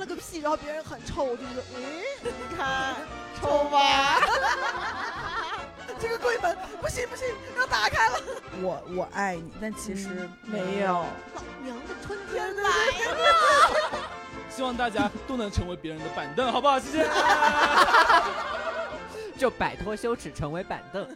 了个屁，然后别人很臭，我就觉得，你看，臭吧。这个柜门不行，要打开了。 我爱你，但其实没有。老娘的春天来了。 希望大家都能成为别人的板凳，好不好？谢谢。 就摆脱羞耻，成为板凳。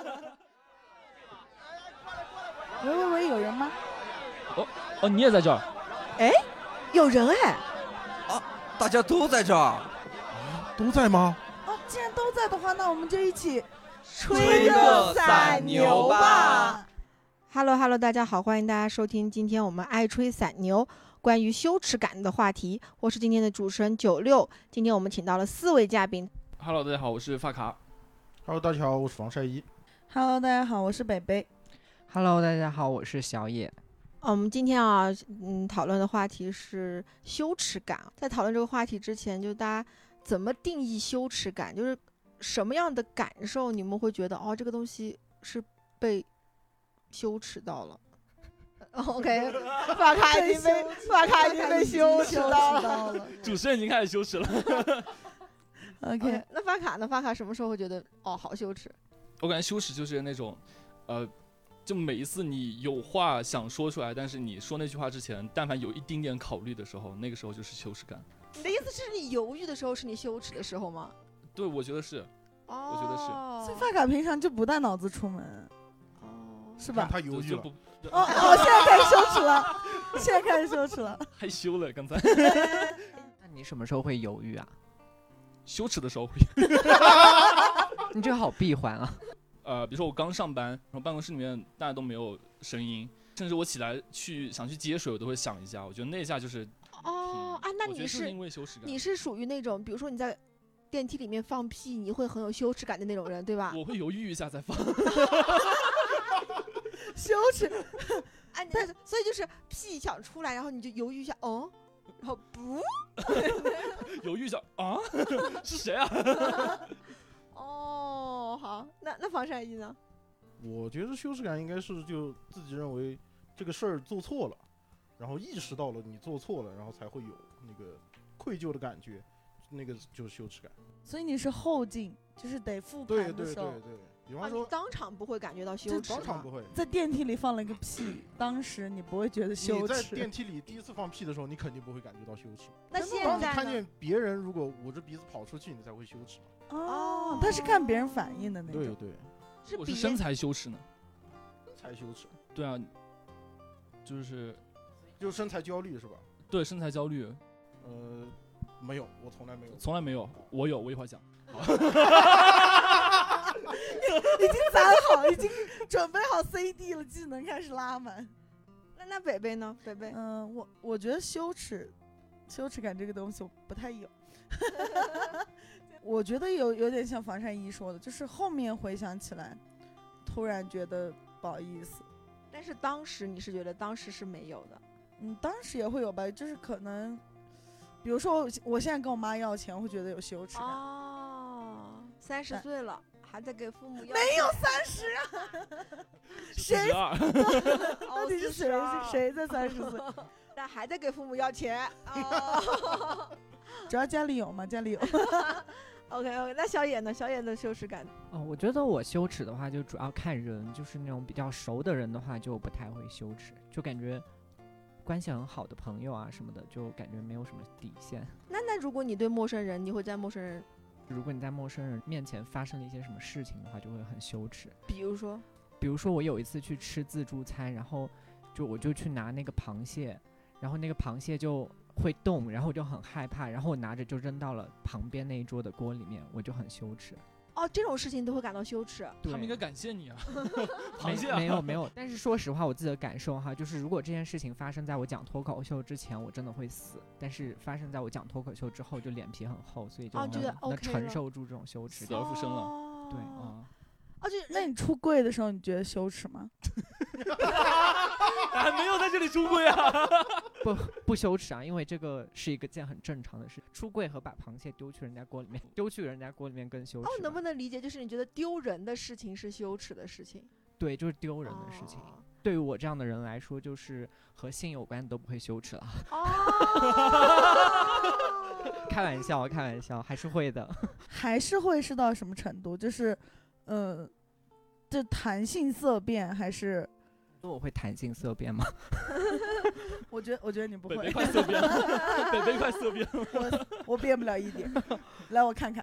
喂，有人吗？ 哦，你也在这儿？ 哎，有人哎。 啊，大家都在这儿。 都在吗？ 哦，既然都在的话，那我们就一起吹个散牛吧。 Hello， 大家好，欢迎大家收听今天我们爱吹散牛关于羞耻感的话题。我是今天的主持人96，今天我们请到了4位嘉宾。 Hello， 大家好，我是发卡。 Hello， 大家好，我是防晒衣。 Hello， 大家好，我是北北。 Hello， 大家好，我是小野。 我们今天讨论的话题是羞耻感。在讨论这个话题之前，就大家怎么定义羞耻感？就是什么样的感受你们会觉得这个东西是被羞耻到了？OK， 发卡已经被羞耻到了。 主持人已经开始羞耻了。 OK， 那发卡呢？发卡什么时候会觉得好羞耻？ 我感觉羞耻就是那种，就每一次你有话想说出来，但是你说那句话之前，但凡有一丁点考虑的时候，那个时候就是羞耻感。 你的意思是你犹豫的时候是你羞耻的时候吗？ 对，我觉得是。我觉得是。 所以发卡平常就不带脑子出门，是吧？ 他犹豫了。 现在开始羞耻了， 害羞了刚才。 那你什么时候会犹豫啊？ 羞耻的时候会。 你这个好闭环啊。 比如说我刚上班，然后办公室里面大家都没有声音，甚至我起来想去接水，我都会想一下。我觉得那一下就是那你是因为羞耻感。 你是属于那种，比如说你在电梯里面放屁，你会很有羞耻感的那种人，对吧？ 我会犹豫一下再放。 羞耻。 所以就是屁想出来，然后你就犹豫一下，然后不， 犹豫一下是谁啊？ 好，那防晒衣呢？ 我觉得羞耻感应该是就自己认为这个事儿做错了，然后意识到了你做错了，然后才会有那个愧疚的感觉，那个就是羞耻感。 所以你是后劲，就是得复盘的时候。 对，比方说当场不会感觉到羞耻， 当场不会。 在电梯里放了一个屁，当时你不会觉得羞耻。 你在电梯里第一次放屁的时候，你肯定不会感觉到羞耻。 那现当你在看见别人如果捂着鼻子跑出去，你才会羞耻。 他是看别人反应的那种。 对， 我是身材羞耻呢。 身材羞耻？ 对啊，就是身材焦虑是吧？ 对，身材焦虑。 没有，我从来没有。 从来没有，我有，我一会儿讲。 已经攒好，已经准备好 CD 了，技能开始拉满。 那北北呢？北北， 我觉得羞耻感这个东西我不太有。我觉得有点像防晒衣说的，就是后面回想起来，突然觉得不好意思。 但是当时你是觉得当时是没有的？ 当时也会有吧，就是可能，比如说我现在跟我妈要钱，我会觉得有羞耻感。 30岁了还在给父母要钱？ 没有30啊，谁到底是谁在30岁？ 但还在给父母要钱。 主要家里有吗？家里有。 OK， 那小野呢？小野的羞耻感？ 我觉得我羞耻的话就主要看人，就是那种比较熟的人的话就不太会羞耻，就感觉关系很好的朋友啊什么的，就感觉没有什么底线。 那如果你对陌生人，你会在陌生人？ 如果你在陌生人面前发生了一些什么事情的话，就会很羞耻。 比如说我有一次去吃自助餐，然后我就去拿那个螃蟹，然后那个螃蟹就会动，然后我就很害怕，然后我拿着就扔到了旁边那一桌的锅里面，我就很羞耻。 这种事情都会感到羞耻？ 他们应该感谢你啊。螃蟹没有。但是说实话，我自己的感受哈，就是如果这件事情发生在我讲脱口秀之前，我真的会死；但是发生在我讲脱口秀之后，就脸皮很厚，所以就能承受住这种羞耻， 死而复生了。 对那你出柜的时候，你觉得羞耻吗？ 还没有在这里出柜啊。 不羞耻啊，因为这个是一件很正常的事。出柜和把螃蟹丢去人家锅里面更羞耻。 能不能理解，就是你觉得丢人的事情是羞耻的事情？ 对，就是丢人的事情。对于我这样的人来说，就是和性有关的都不会羞耻了。 开玩笑，还是会的。 还是会是到什么程度？就是，这弹性色变还是？ 我会弹性色变吗？ 我觉得你不会。 北北快色变，北北快色变。 我变不了一点。来，我看看。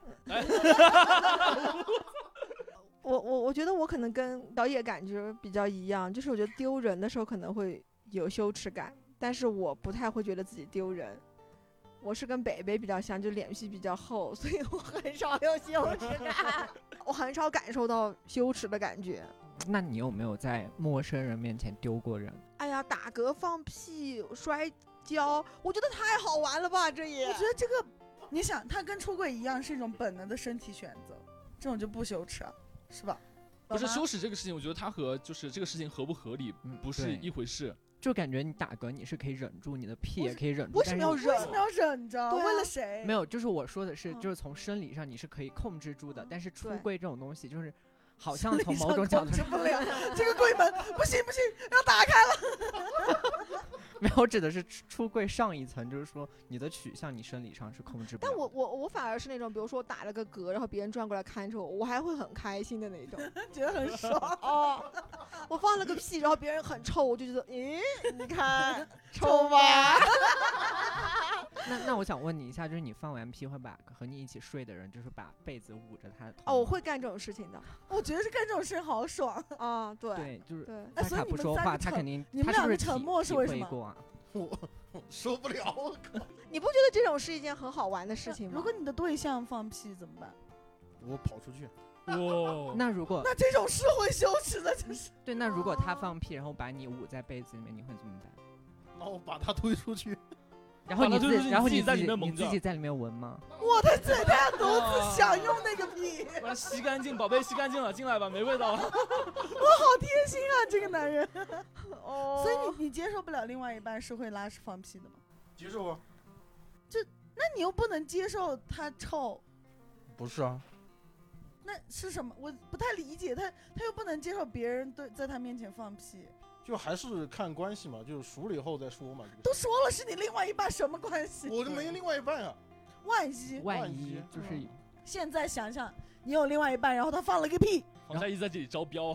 我觉得我可能跟小野感觉比较一样，就是我觉得丢人的时候可能会有羞耻感，但是我不太会觉得自己丢人。我是跟北北比较像，就脸皮比较厚，所以我很少有羞耻感，我很少感受到羞耻的感觉。 那你有没有在陌生人面前丢过人？ 哎呀，打嗝、放屁、摔跤，我觉得太好玩了吧！这也， 我觉得这个，你想，它跟出轨一样，是一种本能的身体选择，这种就不羞耻啊，是吧？ 不是羞耻这个事情，我觉得它和就是这个事情合不合理不是一回事。 就感觉你打嗝你是可以忍住，你的屁也可以忍住。 为什么要忍？ 为什么要忍着？为了谁？ 没有，就是我说的是，就是从生理上你是可以控制住的，但是出柜这种东西就是。好像从某种角度上控制不了，这个柜门不行，要打开了。 没有，指的是出柜上一层，就是说你的取向你生理上是控制不了。 但我反而是那种，比如说我打了个嗝，然后别人转过来看着我，我还会很开心的那种， 觉得很爽。 哦，我放了个屁，然后别人很臭，我就觉得，咦，你看臭吧。 那我想问你一下，就是你放完屁会把和你一起睡的人，就是把被子捂着他的头？ 哦，我会干这种事情的。 我觉得是干这种事好爽啊！ 对，就是对。 发卡不说话，他肯定你们两个沉默是为什么？ 我受不了，我靠！ 你不觉得这种是一件很好玩的事情吗？ 如果你的对象放屁怎么办？ 我跑出去。 哇， 那这种是会羞耻的，就是对。那如果他放屁，然后把你捂在被子里面，你会怎么办？ 那我把他推出去。 然后你自己在里面你自己在里面闻吗？ 我的嘴，他独自享用那个屁， 把它吸干净，宝贝吸干净了，进来吧，没味道了。 我好贴心啊，这个男人。哦，所以你接受不了另外一半是会拉屎放屁的吗？ 接受啊。 那你又不能接受他臭？ 不是啊。 那是什么？我不太理解，他又不能接受别人在他面前放屁。 就还是看关系嘛，就是熟了以后再说嘛。 都说了是你另外一半，什么关系？ 我就没另外一半啊。 万一就是现在想想，你有另外一半，然后他放了个屁， 黄佳怡在这里招标。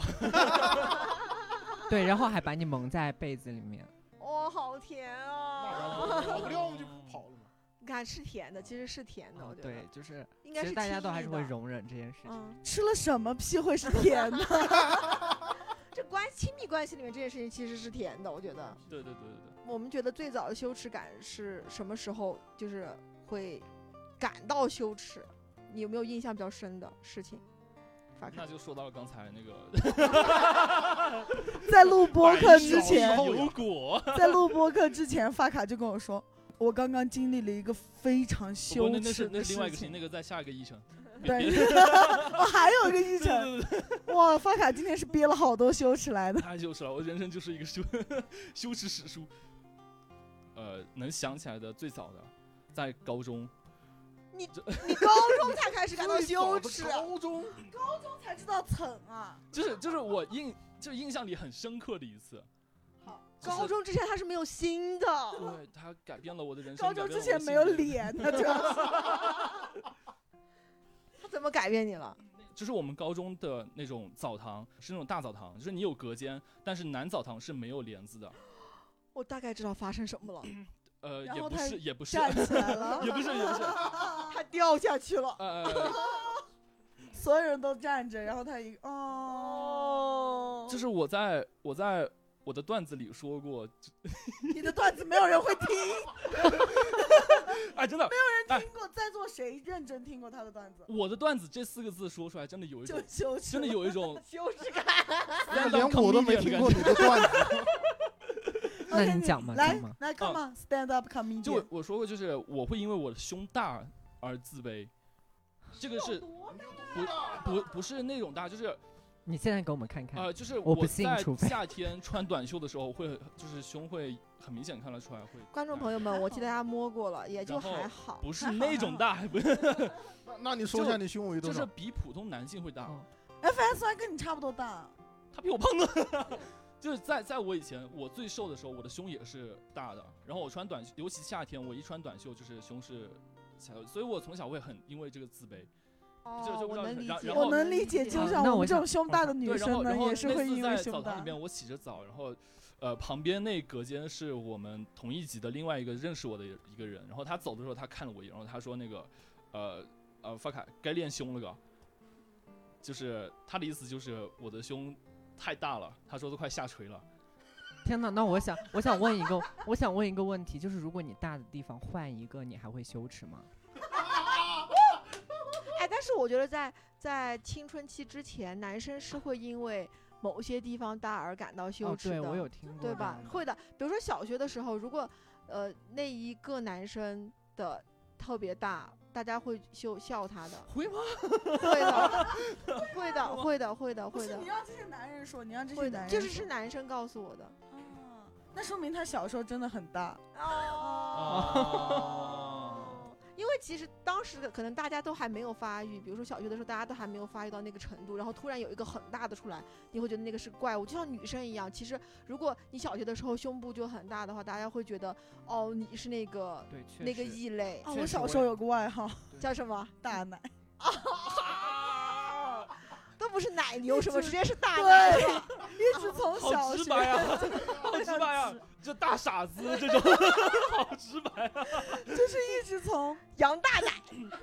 对，然后还把你蒙在被子里面。 哇，好甜啊！ 跑不掉就跑了嘛。 你看是甜的，其实是甜的，我觉得。 对，就是应该是大家都还是会容忍这件事情。 吃了什么屁会是甜的？ 这亲密关系里面这件事情其实是甜的，我觉得。 对。 我们觉得最早的羞耻感是什么时候？就是会感到羞耻。你有没有印象比较深的事情？ 那就说到了刚才那个， 在录播客之前， 有果。 在录播客之前，发卡就跟我说，我刚刚经历了一个非常羞耻的事情。 那是另外一个事情，那个在下一个议程。 对，我还有一个议程。哇，发卡今天是憋了好多羞耻来的。 太羞耻了，我人生就是一个羞耻史书。能想起来的最早的，在高中。 你高中才开始感到羞耻？ 高中才知道蹭啊！ 就是我印象里很深刻的一次。 高中之前他是没有心的。 对，他改变了我的人生。 高中之前没有脸的，主要是。 他怎么改变你了？ 就是我们高中的那种澡堂是那种大澡堂，就是你有隔间，但是男澡堂是没有帘子的。 我大概知道发生什么了。 也不是站起来了， 也不是， 他掉下去了。 所有人都站着，然后他就是我在我的段子里说过， 你的段子没有人会听。 哎，真的没有人听过，在座谁认真听过他的段子？ 我的段子这4个字说出来，真的有一种真的有一种羞耻感。 连我都没听过你的段子。 那你讲嘛， 来 ，come on，stand up comedian。 就我说过，就是我会因为我的胸大而自卑，这个是不是那种大，就是你现在给我们看看。 就是我不信， 在夏天穿短袖的时候会，就是胸会很明显看得出来会。 观众朋友们，我替大家摸过了，也就还好， 不是那种大，不是。那你说一下你胸围多少？ 就是比普通男性会大。 FSY 跟你差不多大。 他比我胖的。就是在我以前，我最瘦的时候，我的胸也是大的。然后我穿短袖，尤其夏天，我一穿短袖，就是胸是所以我从小会很因为这个自卑。就我能理解， 然后我能理解，就像我们这种胸大的女生呢，也是会因为胸大。 在澡堂里面，我洗着澡，然后旁边那隔间是我们同一级的另外一个认识我的一个人，然后他走的时候，他看了我一眼，然后他说那个发卡该练胸了个，就是他的意思就是我的胸太大了，他说都快下垂了。 天哪，那我想问一个问题，就是如果你大的地方换一个，你还会羞耻吗？ 但是我觉得在青春期之前，男生是会因为某些地方大而感到羞耻的。 对，我有听过， 对吧？会的。比如说小学的时候，如果那一个男生的特别大，大家会笑他的。 会吗？ 会的。 不是你让这些男人说，你让这些男人说，就是男生告诉我的。 那说明他小时候真的很大。 因为其实当时可能大家都还没有发育，比如说小学的时候大家都还没有发育到那个程度，然后突然有一个很大的出来，你会觉得那个是怪物，就像女生一样。其实如果你小学的时候胸部就很大的话，大家会觉得你是那个异类。 我小时候有个外号叫什么？ 大奶。 都不是奶牛什么，直接是大奶。 一直从小学好直白呀，好直白呀，这大傻子这种好直白啊， 就是一直从杨大奶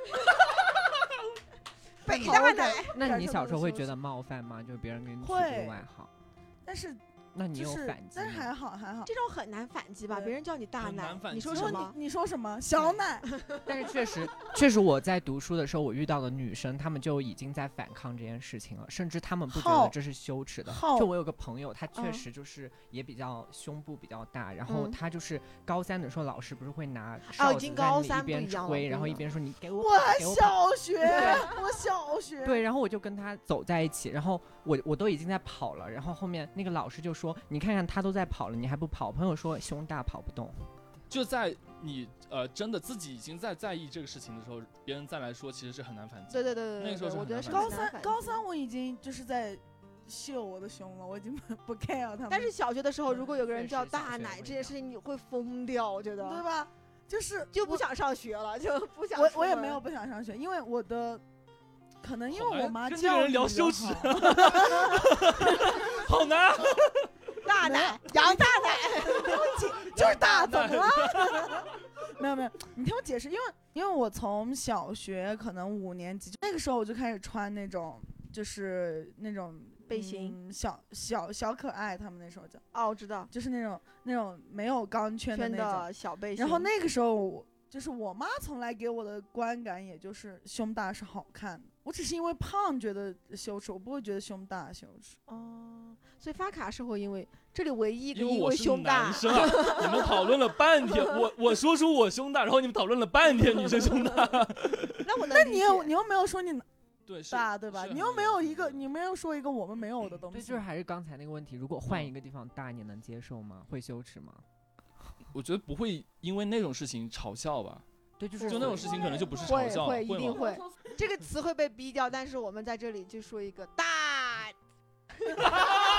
北大奶。 那你小时候会觉得冒犯吗？就是别人给你取这个外号， 但是那你有反击？ 但是还好， 这种很难反击吧？别人叫你大奶，你说什么？ 你说什么？小奶。 但是确实我在读书的时候，我遇到的女生，她们就已经在反抗这件事情了，甚至她们不觉得这是羞耻的。就我有个朋友，她确实就是也比较胸部比较大，然后她就是高3的时候，老师不是会拿哨子在一边吹，然后一边说你给我。 我小学。 对，然后我就跟她走在一起，然后我都已经在跑了，然后后面那个老师就说：“你看看他都在跑了，你还不跑？”朋友说胸大跑不动。 就在你真的自己已经在意这个事情的时候，别人再来说，其实是很难反击。 对， 那个时候是我觉得是高三我已经就是在秀我的胸了，我已经不 care 他们。 但是小学的时候，如果有个人叫大奶，这件事情你会疯掉，我觉得， 对吧？ 就不想上学了，就不想。 我也没有不想上学，因为我的。可能因为我妈跟这个人聊羞耻，好难。 大奶，杨大奶， 就是大，怎么了？没有，你听我解释，因为我从小学可能5年级那个时候我就开始穿那种就是那种背心， 小可爱，他们那时候叫我知道， 就是那种没有钢圈的那种小背心。 然后那个时候就是我妈从来给我的观感，也就是胸大是好看的。我只是因为胖觉得羞耻，我不会觉得胸大羞耻。 所以发卡是会因为这里唯一一个因为胸大。 男生你们讨论了半天，我说出我胸大，然后你们讨论了半天女生胸大。 那你又没有说你对大对吧？你又没有你没有说一个我们没有的东西。 对，就是还是刚才那个问题，如果换一个地方大，你能接受吗？会羞耻吗？ 我觉得不会因为那种事情嘲笑吧。 对，就那种事情可能就不是嘲笑， 会一定会。这个词会被逼掉，但是我们在这里就说一个大，对吧？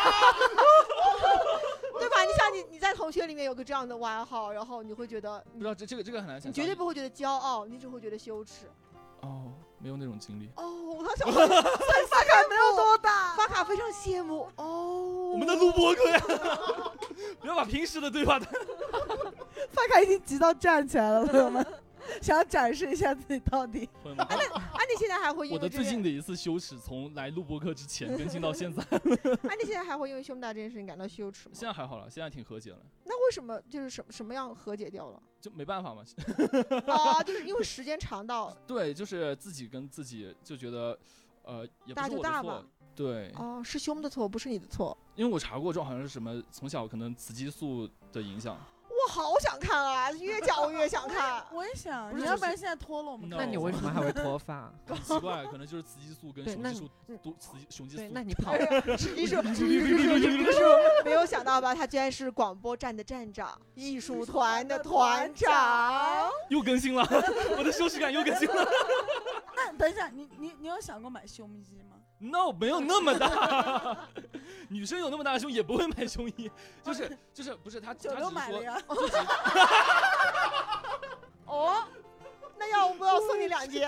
你想你在同学里面有个这样的外号，然后你会觉得不知道这个很难想象， 你绝对不会觉得骄傲，你只会觉得羞耻。 没有那种经历。 他想发卡没有多大， 发卡非常羡慕。 我们在录播客呀，不要把平时的对话。 发卡已经急到站起来了，朋友们。想要展示一下自己到底。 你现在还会因为我的最近的一次羞耻，从来录播客之前更新到现在。 你现在还会因为胸大这件事情感到羞耻吗？ 现在还好了，现在挺和解了。 那为什么就是什么样和解掉了？ 就没办法嘛。 就是因为时间长到。 对，就是自己跟自己就觉得，也不是我的错。 大就大吧。 对。 是胸的错，不是你的错。 因为我查过，这好像是什么从小可能雌激素的影响。 我好想看啊！越讲我越想看。 我也想，你要不然现在脱了我们看。 那你为什么还会脱发？ 很奇怪，可能就是雌激素跟雄激素都雄激素。 对，那你跑雌激素没有想到吧？他居然是广播站的站长，艺术团的团长。 又更新了，我的羞耻感又更新了。 那等一下，你有想过买胸衣吗 ？No， 没有那么大。女生有那么大的胸也不会买胸衣，就是不是他 96买了呀。 那要不要两句。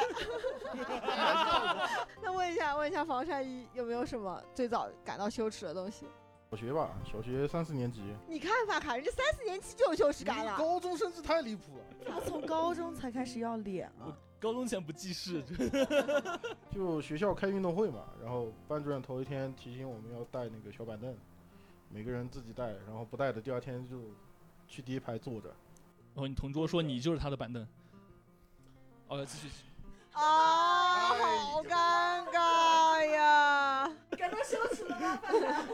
那问一下房善一有没有什么最早感到羞耻的东西？ 小学吧，小学3、4年级。 你看法卡，人家3、4年级就有羞耻感了。 高中甚至太离谱了。 他从高中才开始要脸啊！ 高中前不记事， 就学校开运动会嘛，然后班主任头一天提醒我们要带那个小板凳，每个人自己带，然后不带的第二天就去第一排坐着。 然后你同桌说你就是他的板凳。继续。 啊，好尴尬呀！ 感到羞耻了吗？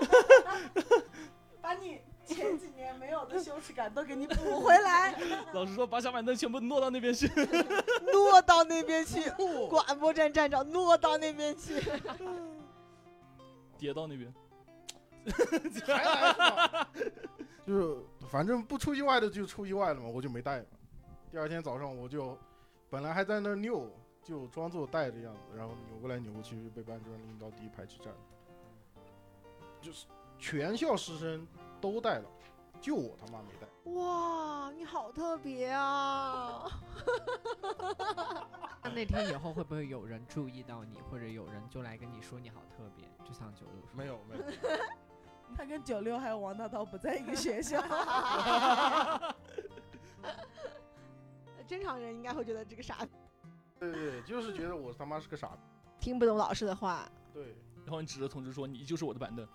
把你前几年没有的羞耻感都给你补回来。 老师说把小板凳全部挪到那边去， 挪到那边去，广播站站长挪到那边去， 叠到那边。 还来是吧？就是反正不出意外的就出意外了嘛，我就没带嘛。第二天早上我就本来还在那溜，就装作带的样子，然后扭过来扭过去，被班主任拎到第一排去站。就是全校师生都带了，就我他妈没带。 哇，你好特别啊！ 那天以后会不会有人注意到你，或者有人就来跟你说你好特别？就像96说。 没有。 他跟96还有王大刀不在一个学校。 正常人应该会觉得这个傻逼， 对，就是觉得我他妈是个傻逼， 听不懂老师的话。 对。 然后你指着同志说你就是我的板凳。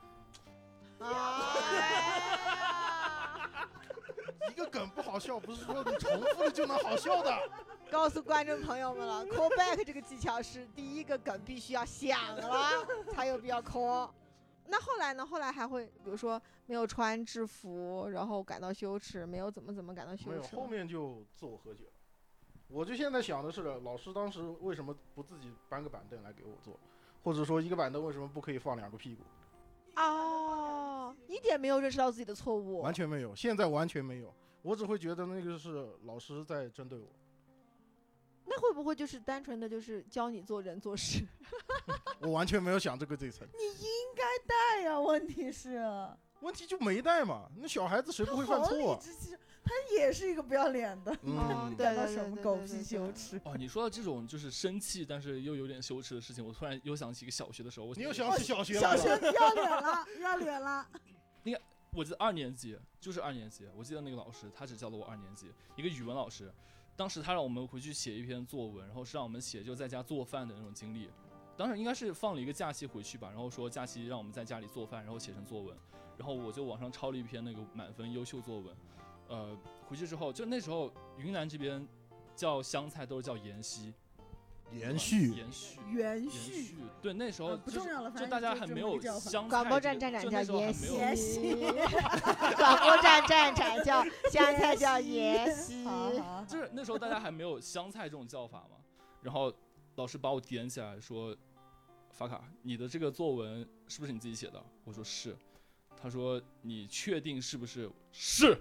一个梗不好笑，不是说你重复了就能好笑的。 告诉观众朋友们了 ，call back 这个技巧是第一个梗必须要响了，才有必要 call。那后来呢？后来还会，比如说没有穿制服，然后感到羞耻，没有怎么感到羞耻。 没有，后面就自我和解了。我就现在想的是，老师当时为什么不自己搬个板凳来给我坐，或者说一个板凳为什么不可以放2个屁股？ 哦，一点没有认识到自己的错误， 完全没有，现在完全没有，我只会觉得那个是老师在针对我。 那会不会就是单纯的就是教你做人做事？ 我完全没有想这个这一层。 你应该带呀，问题是， 问题就没带嘛。那小孩子谁不会犯错啊？ 他也是一个不要脸的。 对， 到什么狗屁羞耻？ 你说到这种就是生气但是又有点羞耻的事情，我突然又想起一个小学的时候。 你又想起小学了？ 小学要脸了，要脸了。 你看，我记得2年级，就是2年级，我记得那个老师他只教了我2年级，一个语文老师。当时他让我们回去写一篇作文，然后是让我们写就在家做饭的那种经历。当时应该是放了一个假期回去吧，然后说假期让我们在家里做饭，然后写成作文。然后我就网上抄了一篇那个满分优秀作文。回去之后，就那时候云南这边叫香菜都是叫延禧。 延续， 对，那时候不重要了， 就大家还没有香菜。 广播站站长叫延禧， 广播站站长叫香菜叫延禧， 就是那时候大家还没有香菜这种叫法嘛。然后老师把我点起来说：“法卡，你的这个作文是不是你自己写的？”我说是。他说：“你确定是不是？”是。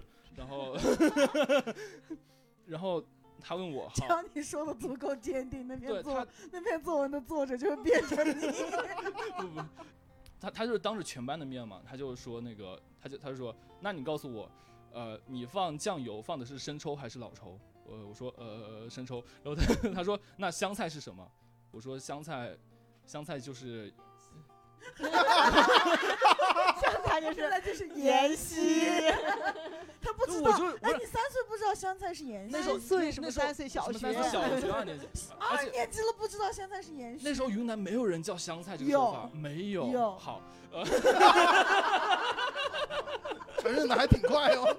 然后。他问我， 只要你说的足够坚定，那篇作文的作者就会变成你。 不，他就是当着全班的面嘛，他就说那个，他就说，那你告诉我，你放酱油放的是生抽还是老抽？我说生抽。然后他说那香菜是什么？我说香菜就是。 香菜就是延禧， 他不知道。哎，你3岁不知道香菜是延禧？ 那时候什么3岁小学 2年级 ，2年级了不知道香菜是延禧。 那时候云南没有人叫香菜这个说法，没有。好， 承认的还挺快哦。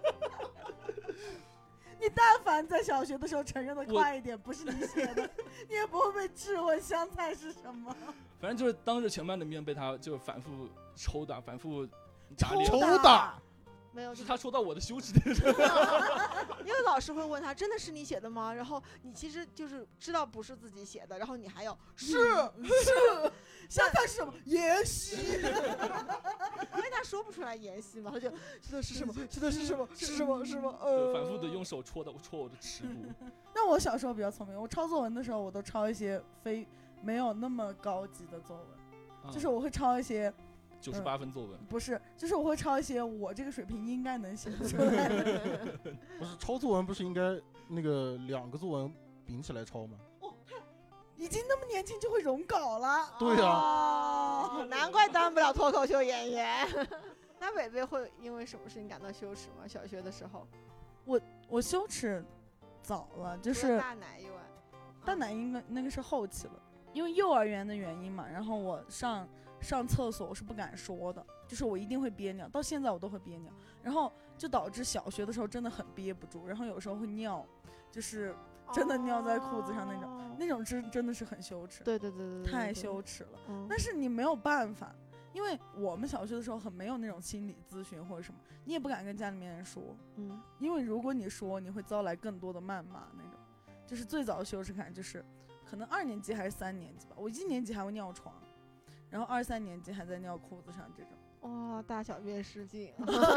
你但凡在小学的时候承认的快一点，不是你写的，你也不会被质问香菜是什么。 反正就是当着全班的面被他就反复抽打，反复打脸。 抽打？ 没有， 是他说到我的羞耻点上。 因为老师会问他，真的是你写的吗？然后你其实就是知道不是自己写的，然后你还要是香菜是什么？延禧。 因为他说不出来延禧嘛，他就知道是什么，知道是什么，是什么，是吗？ 反复的用手戳我的耻骨。 那我小时候比较聪明，我抄作文的时候，我都抄一些没有那么高级的作文，就是我会抄一些 98分作文， 不是，就是我会抄一些我这个水平应该能写出来的。 不是抄作文，不是应该那个2个作文并起来抄吗？ 已经那么年轻就会融稿了。 对呀、 难怪当不了脱口秀演员。那伟伟会因为什么事情感到羞耻吗？小学的时候， 我羞耻早了，就除了是大奶以外， 大奶应该那个是后期了，因为幼儿园的原因嘛，然后我上厕所我是不敢说的，就是我一定会憋尿，到现在我都会憋尿，然后就导致小学的时候真的很憋不住，然后有时候会尿，就是真的尿在裤子上那种， 哦那种真的是很羞耻， 对对对对对， 太对羞耻了。 嗯但是你没有办法，因为我们小学的时候很没有那种心理咨询或者什么，你也不敢跟家里面人说， 嗯因为如果你说，你会遭来更多的谩骂那种。就是最早的羞耻感，就是可能2年级还是3年级吧，我1年级还会尿床，然后2、3年级还在尿裤子上这种。 哇，大小便失禁。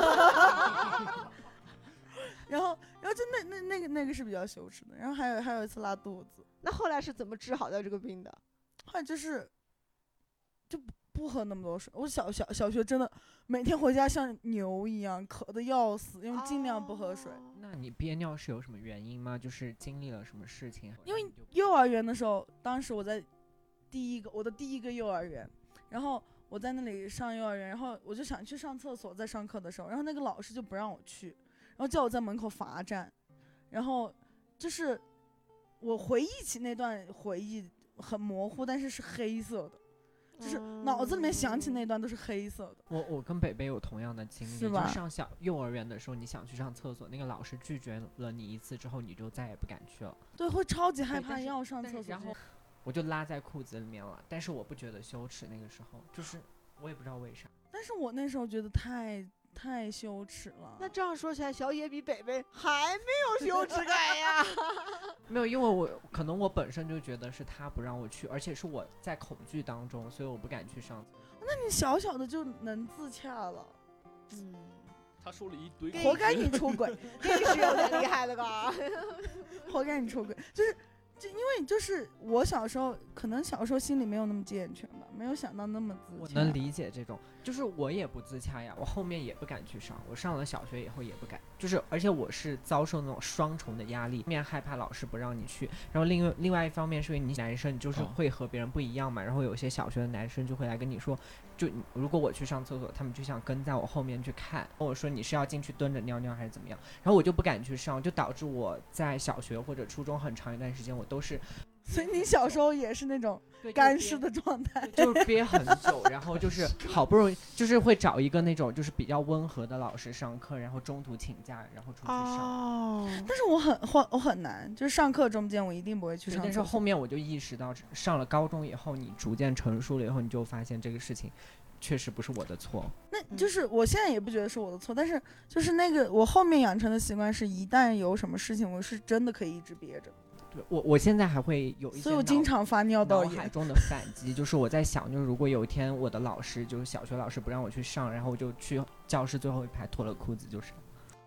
然后就那个是比较羞耻的。然后还有一次拉肚子， 那后来是怎么治好掉这个病的？ 后来就是就不喝那么多水。我小学真的每天回家像牛一样，渴得要死，因为尽量不喝水。 哦那你憋尿是有什么原因吗？就是经历了什么事情？ 因为幼儿园的时候，当时我在我的第一个幼儿园，然后我在那里上幼儿园，然后我就想去上厕所，在上课的时候，然后那个老师就不让我去，然后叫我在门口罚站，然后就是我回忆起那段回忆很模糊，但是是黑色的，就是脑子里面想起那段都是黑色的。 我跟北北有同样的经历， 是吧就上幼儿园的时候，你想去上厕所，那个老师拒绝了你一次之后，你就再也不敢去了。 对，会超级害怕但是要上厕所。 然后我就拉在裤子里面了，但是我不觉得羞耻，那个时候就是我也不知道为啥。 但是我那时候觉得太羞耻了。 那这样说起来，小野比北北还没有羞耻感呀。 没有，因为我本身就觉得是他不让我去，而且是我在恐惧当中，所以我不敢去上厕所。 那你小小的就能自洽了， 嗯， 他说了一堆， 活该你出轨， 这个是有点厉害的吧？ 活该你出轨。就因为就是我小时候可能小时候心里没有那么健全吧，没有想到那么自洽。 我能理解这种，就是我也不自洽呀，我后面也不敢去上，我上了小学以后也不敢，就是而且我是遭受那种双重的压力，一面害怕老师不让你去，然后另外一方面是因为你男生你就是会和别人不一样嘛，然后有些小学的男生就会来跟你说，就如果我去上厕所，他们就想跟在我后面去看，跟我说你是要进去蹲着尿尿还是怎么样，然后我就不敢去上，就导致我在小学或者初中很长一段时间我都是。 所以你小时候也是那种干尸的状态， 就是憋很久，然后就是好不容易就是会找一个那种就是比较温和的老师上课，然后中途请假，然后出去上。 哦， 但是我很难，就是上课中间我一定不会去上厕所。 但是后面我就意识到，上了高中以后，你逐渐成熟了以后，你就发现这个事情确实不是我的错。 那就是我现在也不觉得是我的错，但是就是那个我后面养成的习惯是，一旦有什么事情，我是真的可以一直憋着。 对我现在还会有一些， 所以我经常发尿道炎。 脑海中的反击就是我在想，就是如果有一天我的老师就是小学老师不让我去上，然后我就去教室最后一排脱了裤子，就是。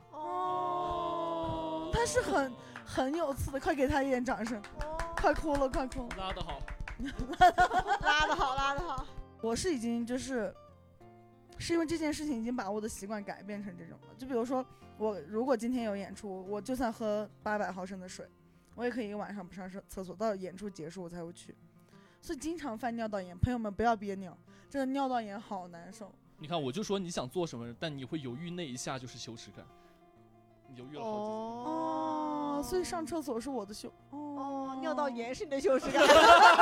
哦，他是很有刺的，快给他一点掌声，快哭了，快哭了。 拉得好， 拉得好，拉得好。 我是已经是因为这件事情已经把我的习惯改变成这种了。就比如说，我如果今天有演出，我就算喝800毫升的水，我也可以一个晚上不上厕所，到演出结束我才会去。所以经常犯尿道炎，朋友们不要憋尿，真的尿道炎好难受。 你看，我就说你想做什么，但你会犹豫那一下就是羞耻感，你犹豫了好几次。 哦，所以上厕所是我的羞。哦， 尿道炎是你的羞耻感。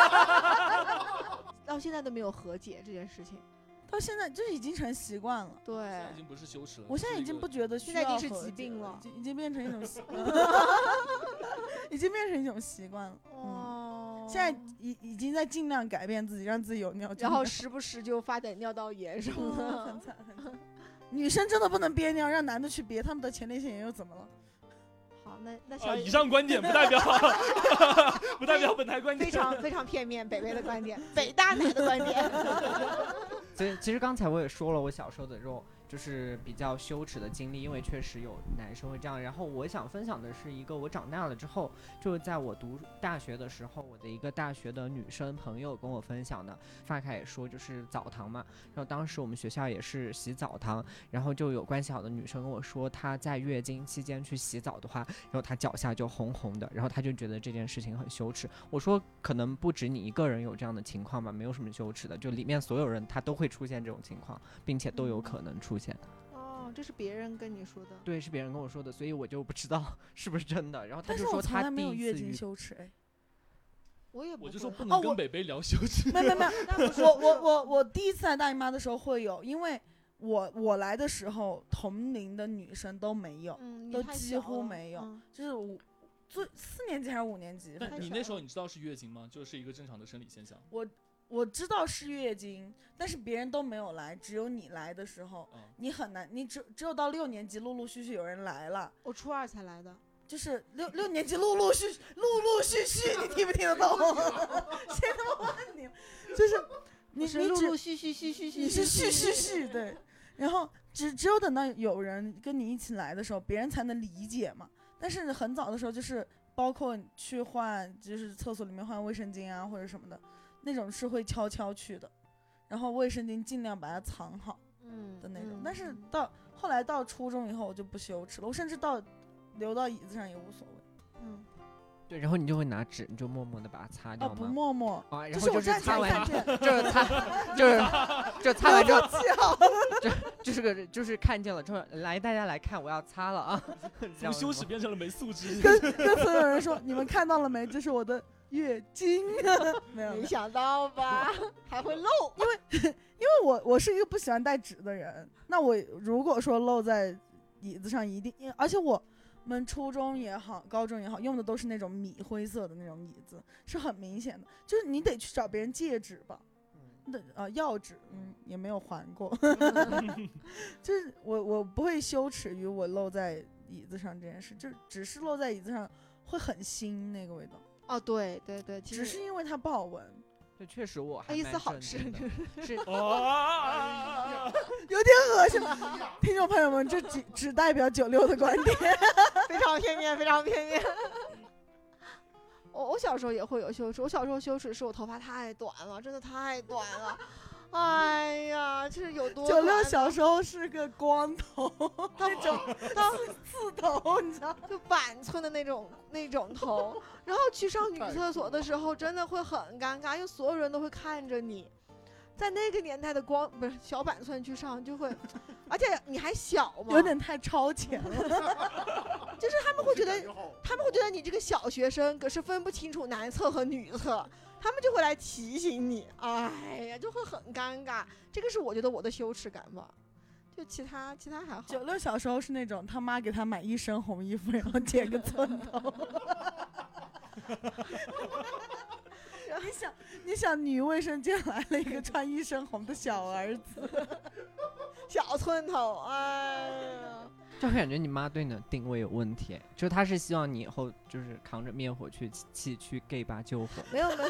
到现在都没有和解这件事情。 到现在就是已经成习惯了。 对， 现在已经不是羞耻了。 我现在已经不觉得需要， 现在已经是疾病了， 已经变成一种习惯，已经变成一种习惯了。哦，现在已经在尽量改变自己，让自己有尿劲， 然后时不时就发点尿道炎什么的， 很惨很惨。女生真的不能憋尿，让男的去憋，他们的前列腺炎又怎么了？ 好，那小以上观点不代表不代表本台观点， 非常片面，北北的观点，北大奶的观点。 其实刚才我也说了，我小时候的这种就是比较羞耻的经历，因为确实有男生会这样。然后我想分享的是一个我长大了之后，就是在我读大学的时候，我的一个大学的女生朋友跟我分享的。发凯也说就是澡堂嘛，然后当时我们学校也是洗澡堂，然后就有关系好的女生跟我说，她在月经期间去洗澡的话，然后她脚下就红红的，然后她就觉得这件事情很羞耻。我说可能不止你一个人有这样的情况吧，没有什么羞耻的，就里面所有人他都会出现这种情况，并且都有可能出现。 哦，这是别人跟你说的。 对，是别人跟我说的，所以我就不知道是不是真的。然后他就但是我从说他第来没有月一次遇， 经羞耻，哎， 我就说我也不会不能跟北北聊羞耻。 没有，我第一次来大姨妈的时候会有，因为我来的时候同龄的女生都没有， 嗯， 都几乎没有， 嗯就是4年级还是5年级，反正但你那时候你知道是月经吗？就是一个正常的生理现象。 我知道是月经，但是别人都没有来，只有你来的时候，你很难，你只有到6年级陆陆续续有人来了， 我初2才来的。 就是六年级陆陆续续，你听不听得懂？谁他妈问你？就是你是陆只陆续续你是续对，然后只有等到有人跟你一起来的时候，别人才能理解嘛。但是很早的时候，就是包括去换，就是厕所里面换卫生巾啊或者什么的，那种是会悄悄去的，然后卫生巾尽量把它藏好的那种。但是后来到初中以后，我就不羞耻了，我甚至留到椅子上也无所谓。 对，然后你就会拿纸，你就默默的把它擦掉吗？ 不默默啊，然后就是我就是擦完， 看见， 就擦完之后， 记好。 就是看见了之后，来大家来看，我要擦了啊！ 从羞耻变成了没素质。 跟所有人说，你们看到了没？这是我的月经。没有， 没想到吧？还会漏。 因为我是一个不喜欢带纸的人，那我如果说漏在椅子上，一定，而且我们初中也好，高中也好，用的都是那种米灰色的那种椅子，是很明显的，就是你得去找别人借纸吧。要纸，也没有还过。就是我不会羞耻于我漏在椅子上这件事，就只是漏在椅子上会很腥那个味道。 哦，对，其实只是因为它不好闻。 对，确实我还意蛮思好吃， 震惊的是有点恶心。听众朋友们，这只代表96的观点， 非常片面，非常片面。我小时候也会有羞耻，我小时候羞耻是我头发太短了，真的太短了。哎呀，这是有多短 96小时候是个光头，那种刺头，你知道， 就板寸的那种头，然后去上女厕所的时候真的会很尴尬，因为所有人都会看着你。在那个年代的不是小板寸去上就会，而且你还小嘛， 有点太超前了。 就是他们会觉得你这个小学生可是分不清楚男厕和女厕，他们就会来提醒你，哎呀，就会很尴尬。这个是我觉得我的羞耻感吧，就其他还好。 96小时候是那种他妈给他买一身红衣服，然后剪个寸头。你想女卫生间来了一个穿一身红的小儿子， 小寸头，哎呀， 就感觉你妈对你的定位有问题，就她是希望你以后就是扛着灭火器去 gay 吧救火。 没有。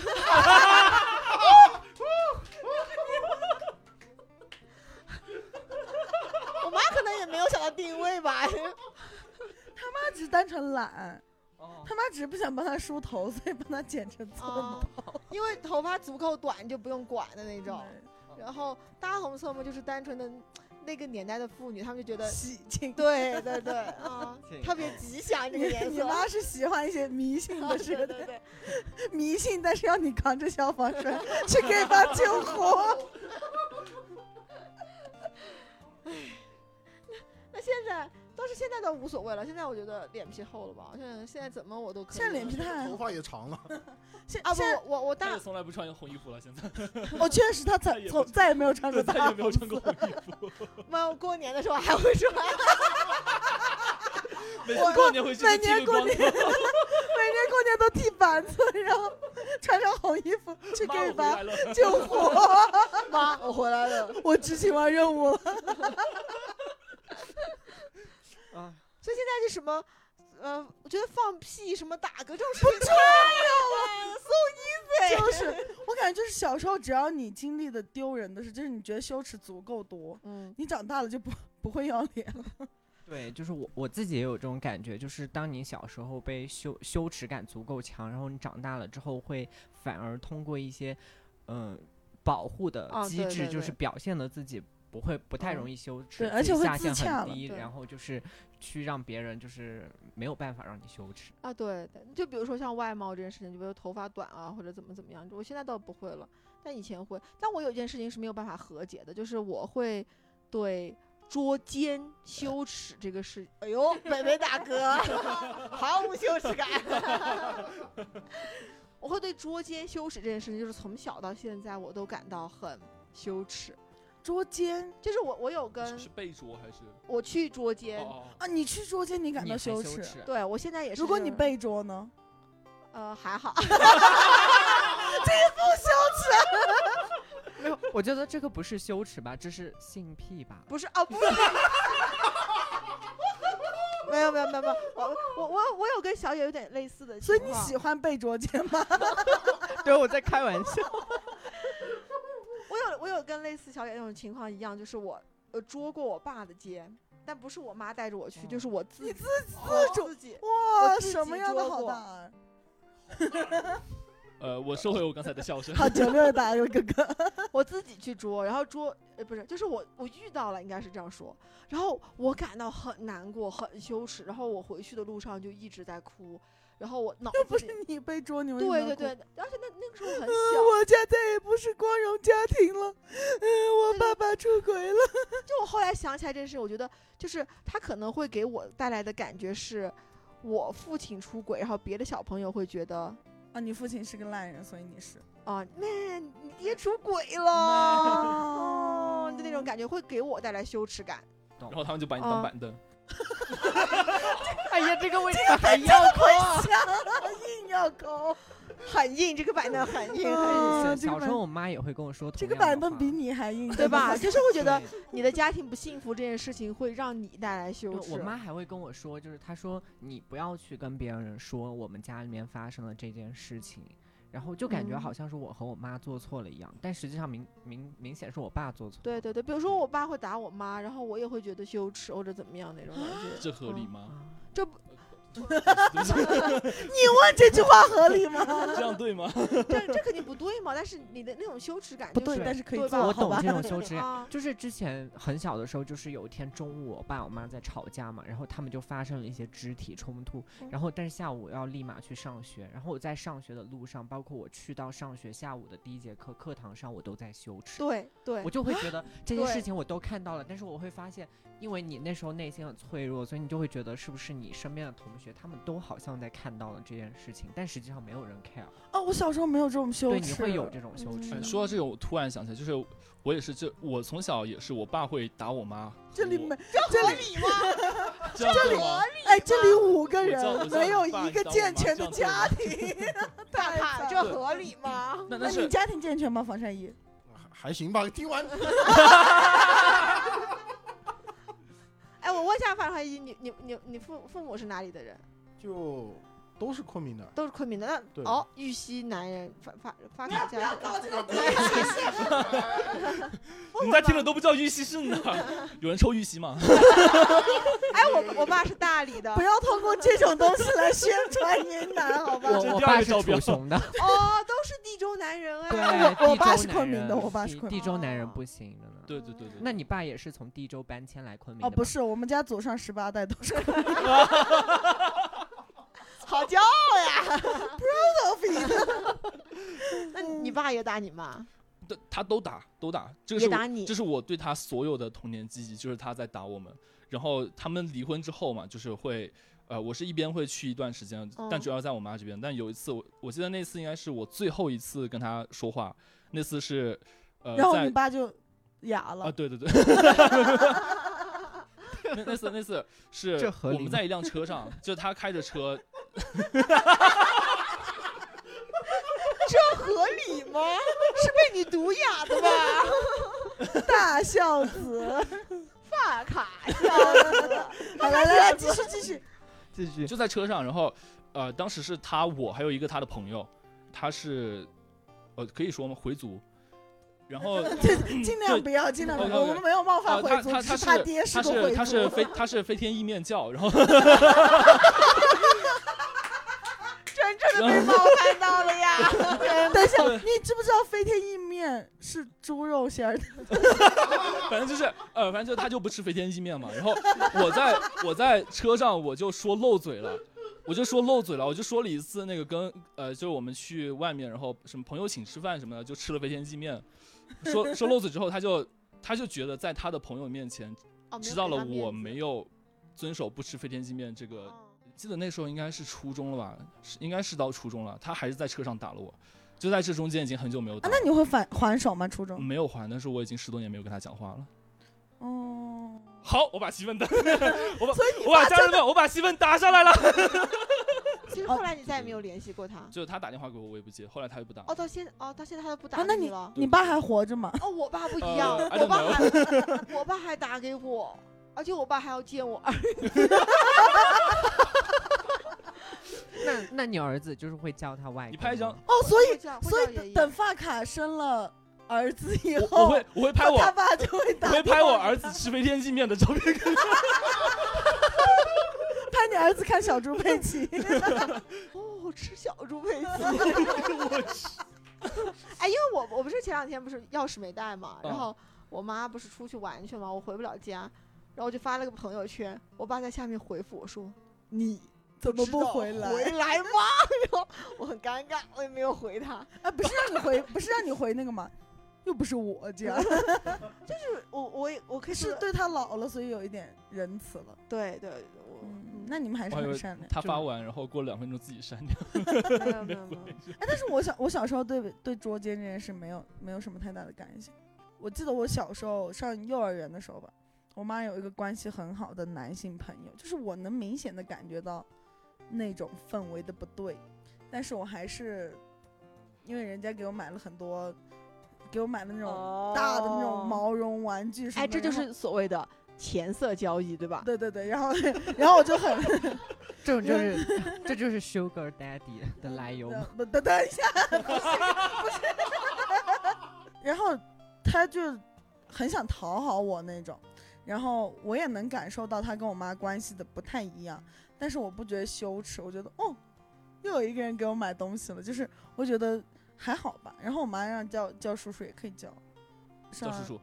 我妈可能也没有想到定位吧。 他妈只是单纯懒。他妈只是不想帮他梳头，所以帮他剪成寸头， 因为头发足够短就不用管的那种。然后大红色嘛，就是单纯的那个年代的妇女，她们就觉得喜庆， 对啊，特别吉祥这个颜色。 你妈是喜欢一些迷信的事， 对， 迷信，但是要你扛着消防栓去给他救火。 那现在。倒是现在都无所谓了，现在我觉得脸皮厚了吧？现在怎么我都可以。 现在脸皮太厚， 头发也长了。 我他也从来不穿红衣服了，现在。 我确实，他再也没有穿过大红色， 再也没有穿过红衣服。 没有，过年的时候还会穿。 每次过年回去每年过年都剃板寸，然后穿上红衣服去给爸救火。 妈，我回来了， 我执行完任务了。 所以现在是什么？我觉得放屁什么打嗝这种事情太有了，so easy。 就是我感感觉就是小时候只要你经历的丢人的事，就是你觉得羞耻足够多，你长大了就不会要脸了。 对，就是我自己也有这种感觉，就是当你小时候被羞耻感足够强，然后你长大了之后会反而通过一些保护的机制，就是表现的自己不太容易羞耻， 对，而且会下限自洽很低，然后就是去让别人就是没有办法让你羞耻啊。对，就比如说像外貌这件事情，就比如头发短啊，或者怎么样，我现在倒不会了，但以前会。但我有一件事情是没有办法和解的，就是我会对捉奸羞耻这个事，哎呦，北北大哥毫无羞耻感。我会对捉奸羞耻这件事情，就是从小到现在我都感到很羞耻。 捉奸就是我有跟是被捉还是我去捉奸啊？你去捉奸你感到羞耻？ 对，我现在也是。 如果你被捉呢？ 还好。 这不羞耻。 没有，我觉得这个不是羞耻吧，这是性癖吧？ 不是哦，不是。没有，我有跟小野有点类似的情况。 所以你喜欢被捉奸吗？ 对，我在开玩笑。 我有跟类似小野那种情况一样，就是我捉过我爸的奸，但不是我妈带着我去，就是我自己自己。哇，什么样的好大儿？ 我收回我刚才的笑声。 好96打了哥哥。 我自己去捉，然后不是，就是我遇到了，应该是这样说。然后我感到很难过，很羞耻。然后我回去的路上就一直在哭。然后我脑子又不是你被捉，你为什么对，而且那个时候很小。 我家再也不是光荣家庭了。我爸爸出轨了。 就我后来想起来这件事，我觉得就是他可能会给我带来的感觉是，我父亲出轨，然后别的小朋友会觉得。 你父亲是个烂人，所以你是 man， 你爹出轨了，就那种感觉会给我带来羞耻感， 然后他们就把你当板凳。 哎呀，这个为什么还要抠啊？ 硬要抠， 很硬，这个板凳很硬， 很硬。小时候我妈也会跟我说， 这个板凳比你还硬， 对吧？就是会觉得你的家庭不幸福这件事情会让你带来羞耻。 我妈还会跟我说，就是她说你不要去跟别人说我们家里面发生了这件事情，然后就感觉好像是我和我妈做错了一样，但实际上明显是我爸做错。 对，比如说我爸会打我妈，然后我也会觉得羞耻或者怎么样那种感觉。 这合理吗？ 这不。 你问这句话合理吗？ 这样对吗？ 这肯定不对嘛，但是你的那种羞耻感、 不对，但是可以做。 我懂这种羞耻感，就是之前很小的时候，就是有一天中午，我爸我妈在吵架嘛，然后他们就发生了一些肢体冲突，然后但是下午要立马去上学，然后我在上学的路上，包括我去到上学下午的第一节课课堂上，我都在羞耻。 对， 我就会觉得这件事情我都看到了，但是我会发现，因为你那时候内心很脆弱，所以你就会觉得是不是你身边的同学他们都好像在看到了这件事情，但实际上没有人 care。 我小时候没有这种羞耻。 对，你会有这种羞耻。 说到这个，我突然想起来，就是我也是，我从小也是，我爸会打我妈。 这里没这合理吗？ 这里这里5个人没有一个健全的家庭， 大这合理吗？ 那你家庭健全吗？房山姨还行吧，听完。 我问一下范怀一，你父母是哪里的人？ 就都是昆明的， 都是昆明的。那玉溪男人发卡家。 人家听了都不知道玉溪是哪，有人抽玉溪吗？ 我爸是大理的。 不要通过这种东西来宣传云南，好吧？ 我爸是楚雄的。 都是地州男人哎。 对， 我爸是昆明的，我爸是昆明。 地州男人不行的呢。 对。 那你爸也是从地州搬迁来昆明的？ 不是，我们家祖上18代都是昆明。 好骄傲呀 ！Proud of it。 那你爸也打你妈？ 他都打。这是我对他所有的童年记忆，就是他在打我们。然后他们离婚之后嘛，就是会，我是一边会去一段时间，但主要在我妈这边。但有一次我记得那次应该是我最后一次跟他说话，那次是然后你爸就哑了。 对。那次是我们在一辆车上，就他开着车。 这合理吗？是被你毒哑的吧？ 大孝子， 发卡孝子。 好，来，继续。 就在车上，然后当时是他我还有一个他的朋友，他是可以说吗？回族。然后尽量不要，尽量不要， OK， 我们没有冒犯回族，是他爹是个回族。 他是飞天意面教，然后真正的被冒犯到了呀！ 等一下，你知不知道飞天意面是猪肉馅的？ 反正就是他就不吃飞天意面嘛。然后我在车上我就说漏嘴了，我就说了一次那个跟就是我们去外面，然后什么朋友请吃饭什么的，就吃了飞天意面。说漏嘴之后，他就觉得在他的朋友面前知道了我没有遵守不吃飞天意面这个。记得那时候应该是初中了吧，应该是到初中了，他还是在车上打了我，就在这中间已经很久没有打了。 那你会还手吗？初中没有还，但是我已经10多年没有跟他讲话了。 哦， 好，我把戏份我把家人们，我把戏份打上来了。 其实后来你再也没有联系过他， 就是他打电话给我，我也不接，后来他又不打。 到现在他都不打那你了。 你爸还活着吗？ 我爸不一样，我爸还打给我，而且我爸还要见我儿子。 那你儿子就是会叫他外公？ 你拍一张所以等发卡生了儿子以后， 我会拍他爸就会打， 我会拍我儿子吃飞天意面的照片给他。 拍你儿子看小猪佩奇。 吃小猪佩奇。因为我不是前2天不是钥匙没带嘛，然后我妈不是出去玩去嘛，我回不了家，然后我就发了个朋友圈，我爸在下面回复我说：“你怎么不回来？” 回来吗？然后我很尴尬，我也没有回他。 不是让你回那个吗？又不是我家。 就是我可以是对他老了，所以有一点仁慈了。 对， 那你们还是很善良。 他发完，然后过2分钟自己删掉。 没有。 但是我小时候对捉奸这件事没有什么太大的感想。我记得我小时候上幼儿园的时候吧，我妈有一个关系很好的男性朋友，就是我能明显的感觉到那种氛围的不对，但是我还是因为人家给我买了很多，给我买了那种大的那种毛绒玩具什么的。 这就是所谓的钱色交易，对吧？ 对，然后我就很这就是 Sugar Daddy 的来由吗？ 等一下，不是，然后他就很想讨好我那种，然后我也能感受到他跟我妈关系的不太一样，但是我不觉得羞耻，我觉得又有一个人给我买东西了，就是我觉得还好吧。然后我妈让叫叔叔也可以叫叔叔。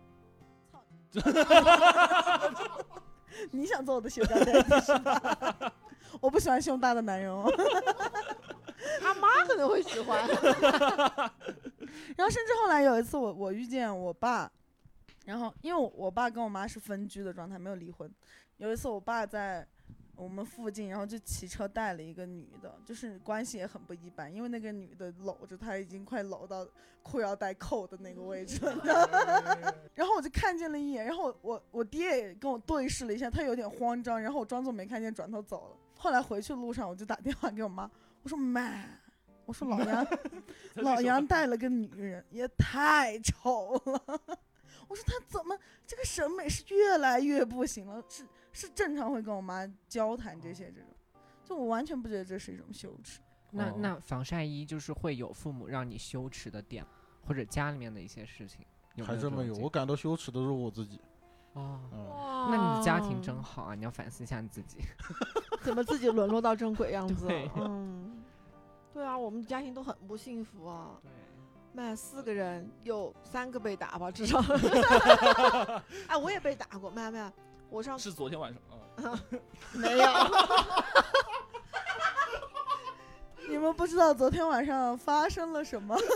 你想做我的Sugar Daddy是吧？我不喜欢胸大的男人哦。 他妈可能会喜欢。 然后甚至后来有一次我遇见我爸，然后因为我爸跟我妈是分居的状态，没有离婚。有一次我爸在我们附近，然后就骑车带了一个女的，就是关系也很不一般，因为那个女的搂着他已经快搂到裤腰带扣的那个位置了。然后我就看见了一眼，然后我爹也跟我对视了一下，他有点慌张，然后我装作没看见，转头走了。后来回去路上我就打电话给我妈，我说妈，我说老杨带了个女人，也太丑了。我说他怎么这个审美是越来越不行了，是正常会跟我妈交谈这种，就我完全不觉得这是一种羞耻。 那防晒衣就是会有父母让你羞耻的点，或者家里面的一些事情， 还真没有。我感到羞耻的是我自己。 那你的家庭真好啊！你要反思一下你自己， 怎么自己沦落到这种鬼样子？ 对， 对啊，我们家庭都很不幸福啊。对，4个人有3个被打吧，至少。我也被打过，没有，我上是昨天晚上没有。 你们不知道昨天晚上发生了什么？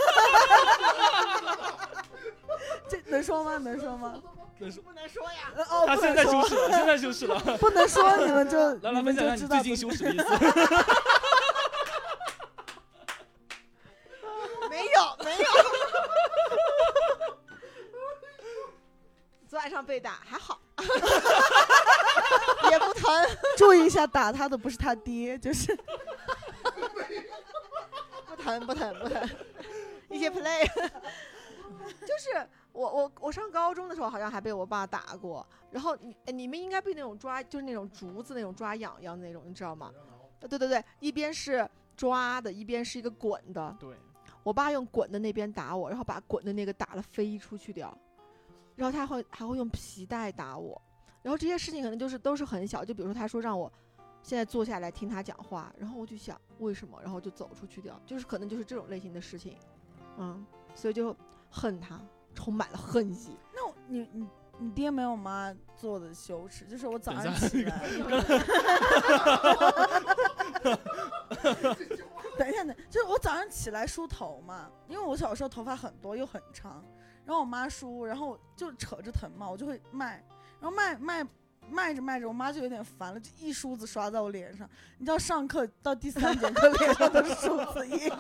这能说吗？能说吗？ 不能说呀。 他现在羞耻了，现在羞耻了。 不能说，你们就来分享一下你最近羞耻的一次。 没有。昨晚上被打还好，也不疼。 注意一下，打他的不是他爹，就是不疼，一些 play。就是我上高中的时候好像还被我爸打过，然后你们应该被那种抓，就是那种竹子那种抓痒痒那种，你知道吗？对，一边是抓的，一边是一个滚的。 对， 我爸用滚的那边打我，然后把滚的那个打了飞出去掉，然后他还会用皮带打我，然后这些事情可能都是很小，就比如说他说让我现在坐下来听他讲话，然后我就想为什么，然后就走出去掉，就是可能就是这种类型的事情，所以就恨他，充满了恨意。 那你爹没有妈做的羞耻，就是我早上起来，等一下，就是我早上起来梳头嘛，因为我小时候头发很多又很长，然后我妈梳，然后就扯着疼嘛，我就会卖，然后卖着，我妈就有点烦了，就一梳子刷在我脸上，你知道上课到第3节课脸上都是梳子印。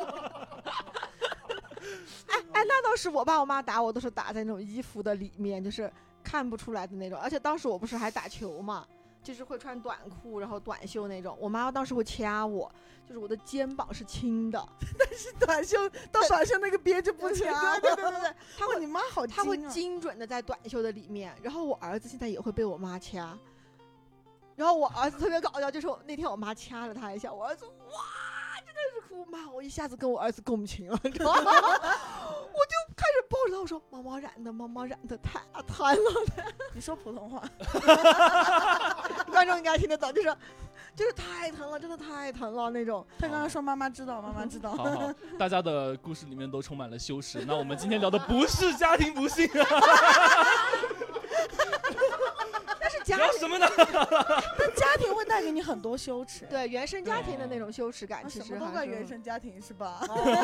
哎，那倒是，我爸我妈打我都是打在那种衣服的里面，就是看不出来的那种。而且当时我不是还打球嘛，就是会穿短裤，然后短袖那种。我妈当时会掐我，就是我的肩膀是轻的， 但是短袖到短袖那个边就不掐。 对， 她会你妈好精啊， 她会精准的在短袖的里面。然后我儿子现在也会被我妈掐，然后我儿子特别搞笑，就是那天我妈掐了他一下，我儿子哇。真的是哭妈，我一下子跟我儿子共情了，你知道吗？我就开始抱着他，我说妈妈染的太贪了。 你说普通话， 观众应该听得懂，就是太疼了，真的太疼了那种。 他刚刚说妈妈知道。 好，大家的故事里面都充满了羞耻。那我们今天聊的不是家庭不幸但是家聊什么呢？ 但家庭会带给你很多羞耻。 对原生家庭的那种羞耻感，其实什么都怪原生家庭是吧？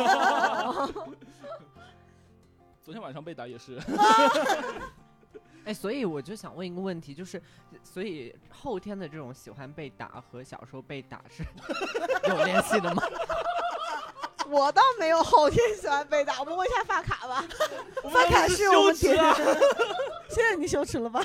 昨天晚上被打也是。 哎，所以我就想问一个问题，就是所以后天的这种喜欢被打和小时候被打是有联系的吗？ 我倒没有后天喜欢被打，我们问一下发卡吧。 发卡是我们点啊！ 现在你羞耻了吧？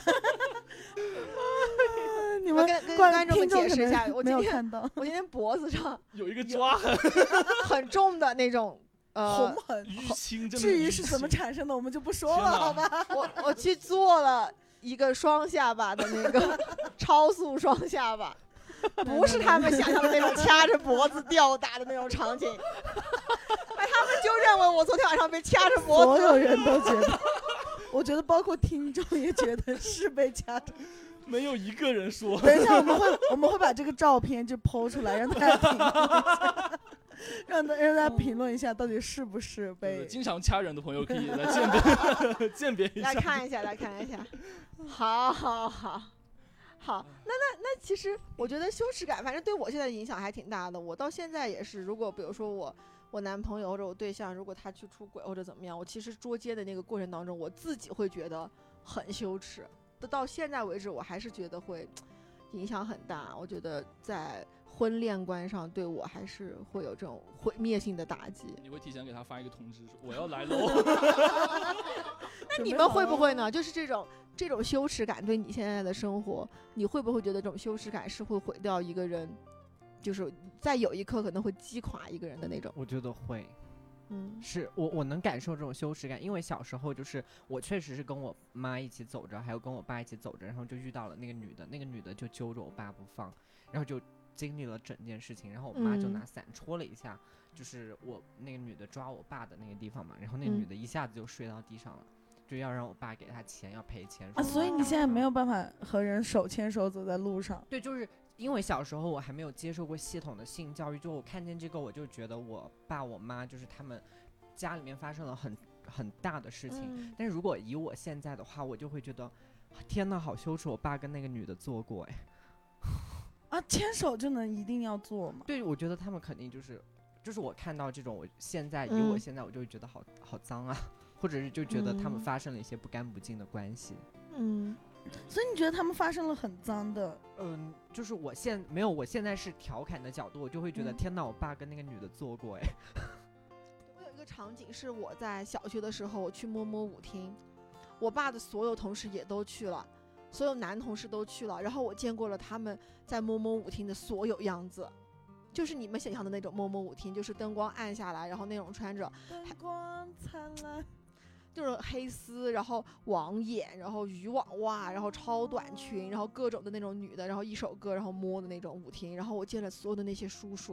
你们跟观众们解释一下， 没有看到， 我今天脖子上有一个抓痕， 很重的那种红痕。 淤青， 至于是怎么产生的，我们就不说了，好吧？ 我去做了一个双下巴的那个超速双下巴。不是他们想象的那种掐着脖子吊打的那种场景，他们就认为我昨天晚上被掐着脖子。 所有人都觉得，我觉得包括听众也觉得是被掐着。 没有一个人说。 等一下，我们会把这个照片就抛出来，让大家评论一下，让大家评论一下到底是不是被。 经常掐人的朋友可以来鉴别一下。 来看一下。好，那其实我觉得羞耻感，反正对我现在影响还挺大的。我到现在也是，如果比如说我男朋友或者我对象，如果他去出轨或者怎么样，我其实捉奸的那个过程当中，我自己会觉得很羞耻。到现在为止，我还是觉得会影响很大。我觉得在婚恋观上对我还是会有这种毁灭性的打击。 你会提前给他发一个通知，说我要来喽。 那你们会不会呢？就是这种羞耻感对你现在的生活，你会不会觉得这种羞耻感是会毁掉一个人，就是在有一刻可能会击垮一个人的那种？ 我觉得会。是我能感受这种羞耻感，因为小时候就是我确实是跟我妈一起走着，还有跟我爸一起走着，然后就遇到了那个女的就揪着我爸不放，然后就经历了整件事情，然后我妈就拿伞戳了一下，就是我那个女的抓我爸的那个地方嘛，然后那个女的一下子就睡到地上了，就要让我爸给她钱，要赔钱啊，所以你现在没有办法和人手牵手走在路上。 对，就是因为小时候我还没有接受过系统的性教育，就我看见这个我就觉得我爸我妈就是他们家里面发生了很大的事情，但是如果以我现在的话，我就会觉得天哪，好羞耻，我爸跟那个女的做过哎。 啊，牵手就能一定要做吗？ 对，我觉得他们肯定就是我看到这种，我现在以我现在我就会觉得好脏啊，或者是就觉得他们发生了一些不干不净的关系。 所以你觉得他们发生了很脏的？ 就是我现在是调侃的角度，我就会觉得天哪，我爸跟那个女的做过哎。 我有一个场景是我在小学的时候，我去摸摸舞厅，我爸的所有同事也都去了，所有男同事都去了，然后我见过了他们在摸摸舞厅的所有样子，就是你们想象的那种摸摸舞厅，就是灯光暗下来，然后那种穿着灯光灿烂。 就是黑丝，然后网眼，然后渔网袜，然后超短裙，然后各种的那种女的，然后一首歌，然后摸的那种舞厅。然后我见了所有的那些叔叔，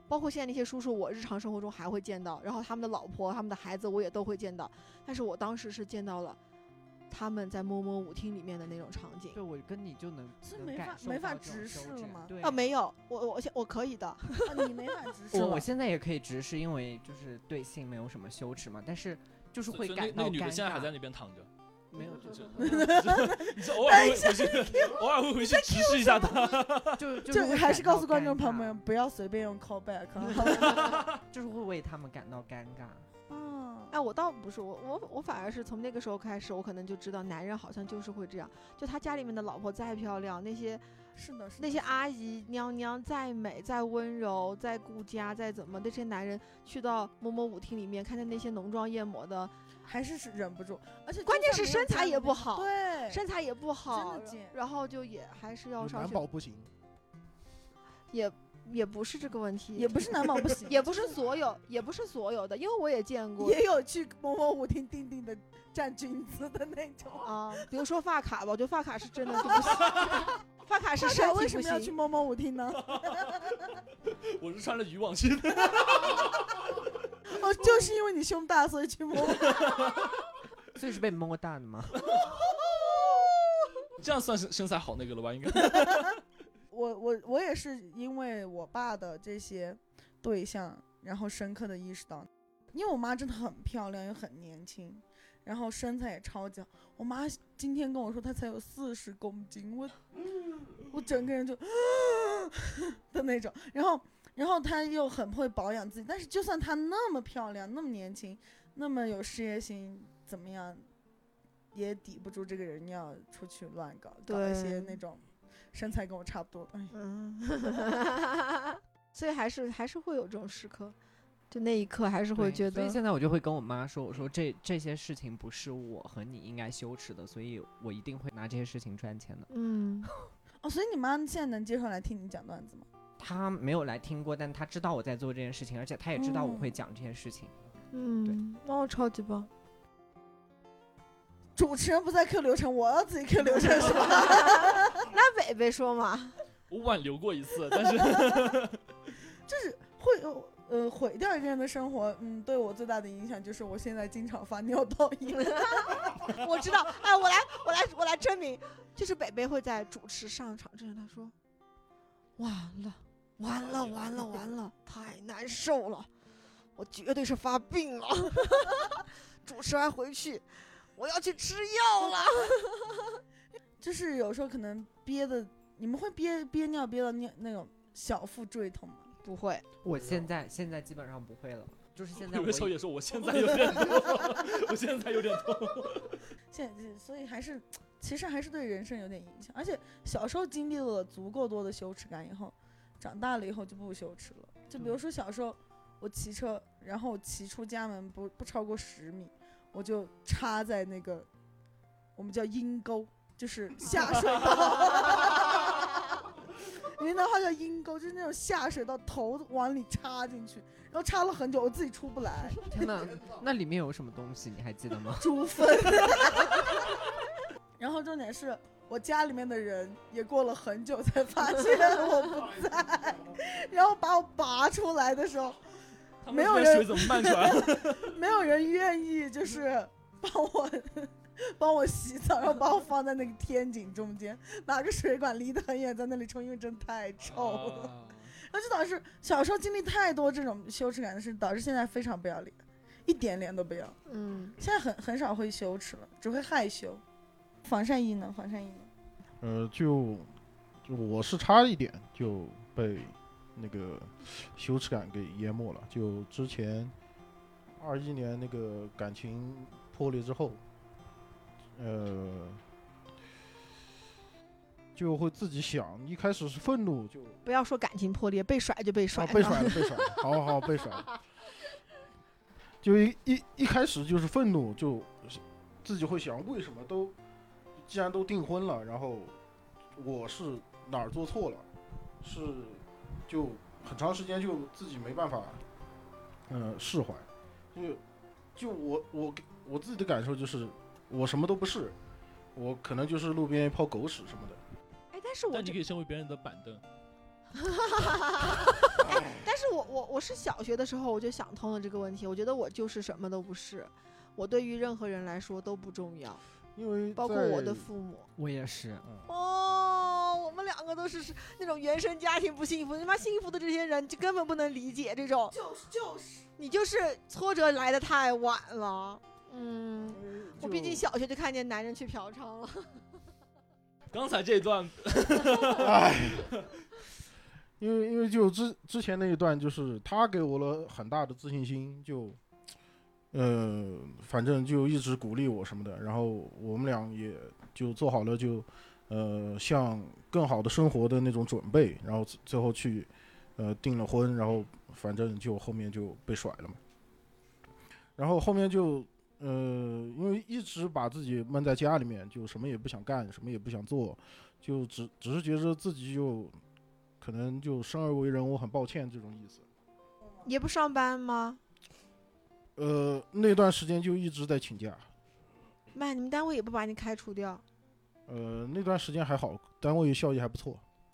包括现在那些叔叔，我日常生活中还会见到，然后他们的老婆、他们的孩子我也都会见到。但是我当时是见到了他们在摸摸舞厅里面的那种场景。 就我跟你就能是能感受没法到这种直羞耻感视了吗对没有，我可以的。 你没法直视了。 我现在也可以直视，因为就是对性没有什么羞耻嘛，但是就是会所以感到那个女的尴尬现在还在那边躺着， 没有就你是偶尔会回去，偶尔会回去直视一下她。 就会还是告诉感到尴观众朋友们， 尬不要随便用 callback。 就是会为他们感到尴尬。 哎，我倒不是，我反而是从那个时候开始，我可能就知道男人好像就是会这样，就他家里面的老婆再漂亮，那些那些阿姨娘娘再美再温柔再顾家再怎么，这些男人去到摸摸舞厅里面，看见那些浓妆艳抹的， 还是忍不住，而且关键是身材也不好， 对， 身材也不好， 真的贱， 然后就也还是要上去， 男宝不行， 也不是这个问题， 也不是男宝不行， 也不是所有的，因为我也见过， 也有去摸摸舞厅定定的站君子的那种啊，比如说发卡吧，我觉得发卡是真的就不行，发卡是身体不行。 为什么要去摸摸舞厅呢？ 我是穿了渔网去的。 哦，就是因为你胸大，所以去摸。 所以是被摸大的吗？ 这样算是身材好那个了吧？应该。 我也是因为我爸的这些对象，然后深刻的意识到，因为我妈真的很漂亮又很年轻，然后身材也超级好。我妈今天跟我说她才有40公斤，我整个人就的那种，然后她又很会保养自己，但是就算她那么漂亮那么年轻那么有事业心，怎么样也抵不住这个人要出去乱搞一些那种身材跟我差不多的， 所以还是会有这种时刻，就那一刻还是会觉得。 所以现在我就会跟我妈说，我说这些事情不是我和你应该羞耻的，所以我一定会拿这些事情赚钱的。 所以你妈现在能接受来听你讲段子吗？ 她没有来听过，但她知道我在做这件事情，而且她也知道我会讲这件事情。 对，超级棒。 主持人不在 Q 流程，我要自己 Q 流程是吧？ 那北北说嘛， 我挽留过一次，但是就是会毁掉一个人的生活。对我最大的影响就是我现在经常发尿道音。 我知道，哎，我来证明，就是北北会在主持上场之前他说，完了，太难受了，我绝对是发病了，主持完回去。我要去吃药了。 就是有时候可能憋的，你们会憋尿憋到那种小腹坠痛吗？ 不会， 我现在基本上不会了，就是现在有的时候也说我现在有点痛，我现在有点痛。 所以其实还是对人生有点影响，而且小时候经历了足够多的羞耻感以后，长大了以后就不羞耻了。就比如说小时候我骑车，然后骑出家门不超过10米。我就插在那个我们叫阴沟，就是下水道。云南话叫阴沟，就是那种下水道头往里插进去，然后插了很久，我自己出不来。 天哪，那里面有什么东西？你还记得吗？ 猪粪。然后重点是我家里面的人也过了很久才发现我不在，然后把我拔出来的时候。没有人水怎么漫出来？ 没有人愿意就是帮我洗澡，然后把我放在那个天井中间，拿个水管离得很远，在那里冲，因为真太臭了。然后就导致小时候经历太多这种羞耻感的事，导致现在非常不要脸，一点脸都不要。现在很少会羞耻了，只会害羞。防晒衣呢？ 就我是差一点就被。那个羞耻感给淹没了。就之前21年那个感情破裂之后，就会自己想，一开始是愤怒，就不要说感情破裂，被甩就被甩， 被甩了，好被甩了。就一开始就是愤怒，就自己会想，为什么既然都订婚了，然后我是哪儿做错了，是。就很长时间就自己没办法，释怀，就我自己的感受就是我什么都不是，我可能就是路边一泡狗屎什么的。 哎，但是你可以成为别人的板凳。 但是我是小学的时候我就想通了这个问题，我觉得我就是什么都不是，我对于任何人来说都不重要， 因为包括我的父母。 我也是。 哦，我们两个都是那种原生家庭不幸福，他妈幸福的这些人就根本不能理解这种，就是你就是挫折来的太晚了。我毕竟小学就看见男人去嫖娼了。 刚才这一段， 哎，因为就之前那一段，就是他给我了很大的自信心，就反正就一直鼓励我什么的，然后我们俩也就做好了向更好的生活的那种准备，然后最后去订了婚，然后反正就后面就被甩了嘛，然后后面就因为一直把自己闷在家里面，就什么也不想干，什么也不想做，就只是觉得自己就可能就生而为人，我很抱歉这种意思。 也不上班吗？ 那段时间就一直在请假。 妈，你们单位也不把你开除掉？ 那段时间还好，单位效益还不错。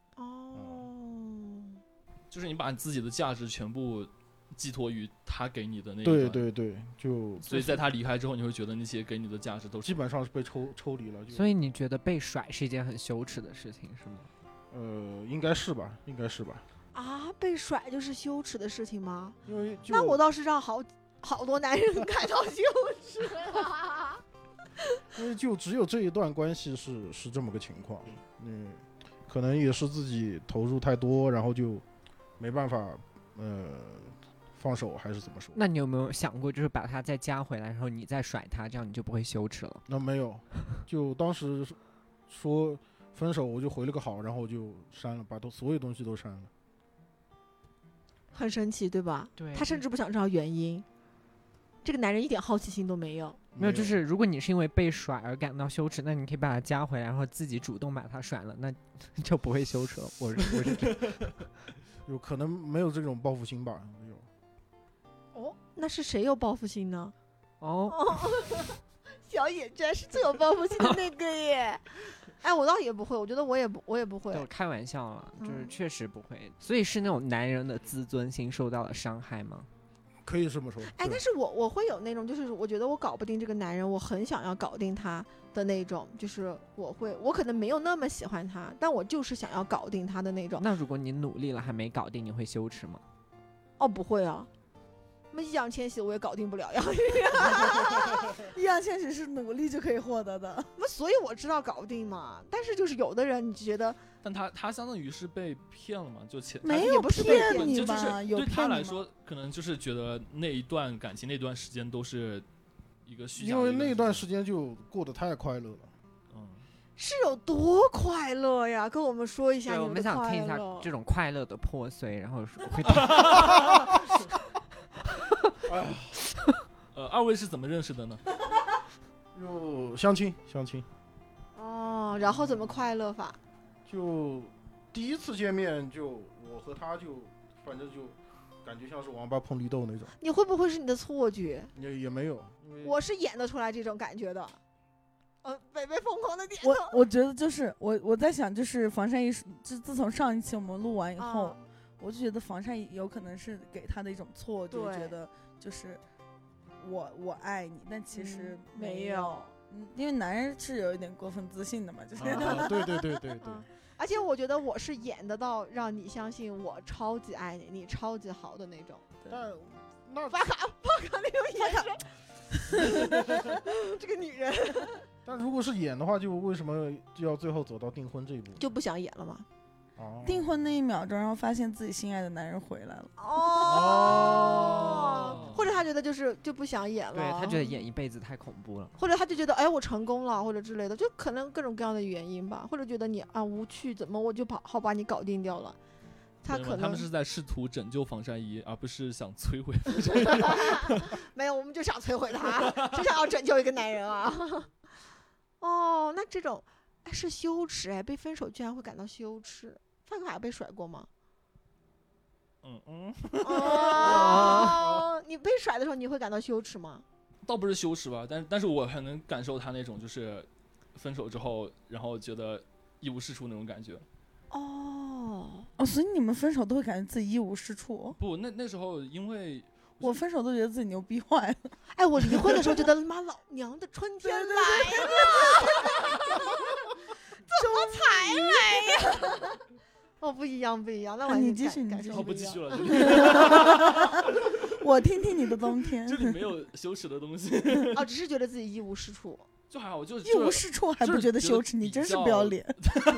就是你把自己的价值全部寄托于他给你的那一对段， 对对，就所以在他离开之后，你会觉得那些给你的价值都是基本上是被抽离了。 所以你觉得被甩是一件很羞耻的事情，是吗？ 应该是吧，应该是吧。 啊，被甩就是羞耻的事情吗？ 因为那我倒是让好多男人感到羞耻了。 因为就只有这一段关系是这么个情况，可能也是自己投入太多，然后就没办法放手，还是怎么说？ 那你有没有想过，就是把他再加回来，然后你再甩他，这样你就不会羞耻了？ 那没有，就当时说分手，我就回了个好，然后我就删了，把所有东西都删了。 很神奇，对吧？ 对， 他甚至不想知道原因。这个男人一点好奇心都没有。 没有，就是如果你是因为被甩而感到羞耻，那你可以把他加回来，然后自己主动把他甩了，那就不会羞耻了。我是这样。 有可能没有这种报复心吧？ 哦，那是谁有报复心呢？ 哦， 小野居然是最有报复心的那个耶！哎，我倒也不会，我觉得我也不会。 对，开玩笑了，就是确实不会。所以是那种男人的自尊心受到了伤害吗？ 可以这么说。 哎，但是我会有那种，就是我觉得我搞不定这个男人，我很想要搞定他的那种，就是我可能没有那么喜欢他，但我就是想要搞定他的那种。 那如果你努力了还没搞定，你会羞耻吗？ 哦，不会啊。那么易烊千玺我也搞定不了呀。 易烊千玺是努力就可以获得的。 那所以我知道搞不定嘛，但是就是有的人你就觉得， 但他相当于是被骗了嘛，就没有骗你就吧？有对骗你吗？ 他来说，可能就是觉得那一段感情那段时间都是一个虚假的， 因为那段时间就过得太快乐了。 是有多快乐呀？跟我们说一下对， 你我们想听一下这种快乐的破碎，然后会。 二位是怎么认识的呢？ 就相亲。 哦，然后怎么快乐法？ 就第一次见面，就我和他就反正就感觉像是王八碰绿豆那种。 你会不会是你的错觉？ 也没有，因为我是演得出来这种感觉的。北北疯狂的点头。 我觉得就是我在想，就是防晒艺术，自从上一期我们录完以后，我就觉得防晒有可能是给他的一种错觉，觉得就是我爱你，但其实没有。 因为男人是有一点过分自信的嘛，就是。 对。 而且我觉得我是演得到让你相信我超级爱你，你超级好的那种。 但那发卡那种眼神。这个女人。 但如果是演的话，就为什么就要最后走到订婚这一步？ 就不想演了吗？ 订婚那一秒钟，然后发现自己心爱的男人回来了。 或者他觉得就不想演了。 对，他觉得演一辈子太恐怖了。 或者他就觉得哎我成功了，或者之类的，就可能各种各样的原因吧。或者觉得你无趣，怎么我就把你搞定掉了。他们是在试图拯救防晒衣，而不是想摧毁防晒衣。 没有，我们就想摧毁他，就想要拯救一个男人啊。哦，那这种是羞耻被分手居然会感到羞耻。范克海被甩过吗？你被甩的时候你会感到羞耻吗？ 倒不是羞耻吧，但是我很能感受他那种就是分手之后，然后觉得一无是处那种感觉。 哦，所以你们分手都会感觉自己一无是处。 不，那时候因为我分手都觉得自己牛逼坏了。 哎，我离婚的时候觉得妈老娘的春天来了，怎么才来呀？哦，不一样，不一样，那完全你继续， 感受不继续了， 我听听你的冬天。 这里没有羞耻的东西。 哦，只是觉得自己一无是处， 就还好， 一无是处还不觉得羞耻，你真是不要脸。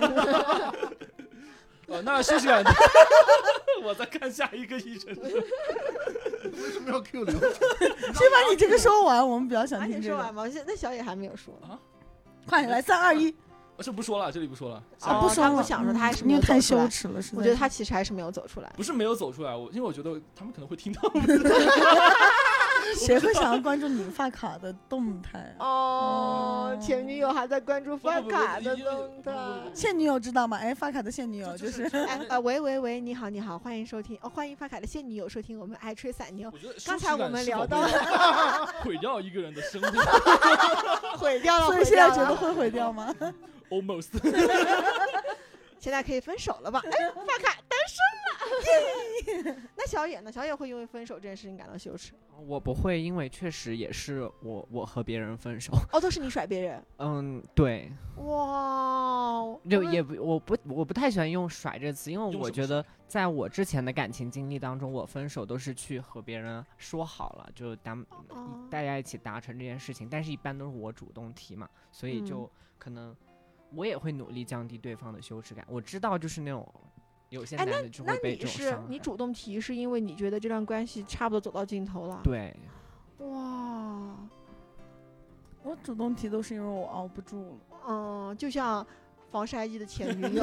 那休息感，我再看下一个议程。 为什么要 Q 流程？ 先把你这个说完，我们比较想赶听这个。 紧说完吧。那小野还没有说啊， 快来3、2、1。 这不说了，这里不说了。 不说了， 他不想说，他还是没有因为太走出来羞耻了。 我觉得他其实还是没有走出来。 不是没有走出来，因为我觉得他们可能会听到。 谁会想要关注你发卡的动态啊？ 哦，前女友还在关注发卡的动态。 现女友知道吗？哎，发卡的现女友就是。 喂，你好，欢迎收听，欢迎发卡的现女友收听我们爱吹散妞。刚才我们聊到毁掉一个人的生活， 毁掉了， 所以现在觉得会毁掉吗 ？Almost。 现在可以分手了吧？哎，发卡单身了。那小野呢？小野会因为分手这件事情感到羞耻？ 我不会，因为确实也是我和别人分手。 哦，都是你甩别人？ 对。 哇， 就也不我不太喜欢用甩这个词，因为我觉得在我之前的感情经历当中，我分手都是去和别人说好了，就大家一起达成这件事情，但是一般都是我主动提嘛，所以就可能我也会努力降低对方的羞耻感。我知道就是那种有些男的就会被这种伤害。 你主动提是因为你觉得这段关系差不多走到尽头了？ 对。 哇， 我主动提都是因为我熬不住了。 就像防晒衣的前女友。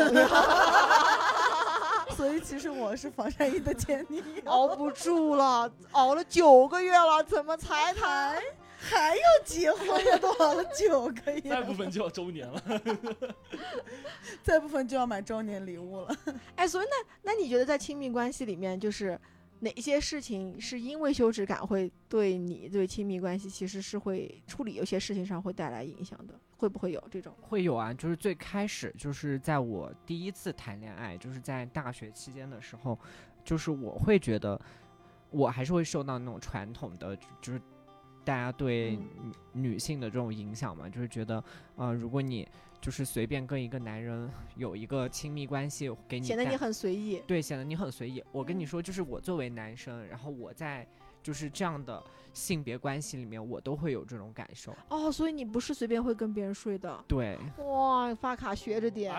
所以其实我是防晒衣的前女友。 熬不住了，熬了9个月了，怎么才谈？ 还要结婚呀？都熬了9个月， 再不分就要周年了。 再不分就要买周年礼物了。 哎，所以那你觉得在亲密关系里面，就是哪些事情是因为羞耻感会对你对亲密关系其实是会处理有些事情上会带来影响的？会不会有这种？ 会有啊，就是最开始就是在我第一次谈恋爱，就是在大学期间的时候，就是我会觉得我还是会受到那种传统的就是大家对女性的这种影响嘛，就是觉得如果你就是随便跟一个男人有一个亲密关系，给你显得你很随意。 对，显得你很随意。我跟你说，就是我作为男生，然后我在就是这样的性别关系里面，我都会有这种感受。 哦，所以你不是随便会跟别人睡的？ 对。 哇，发卡学着点。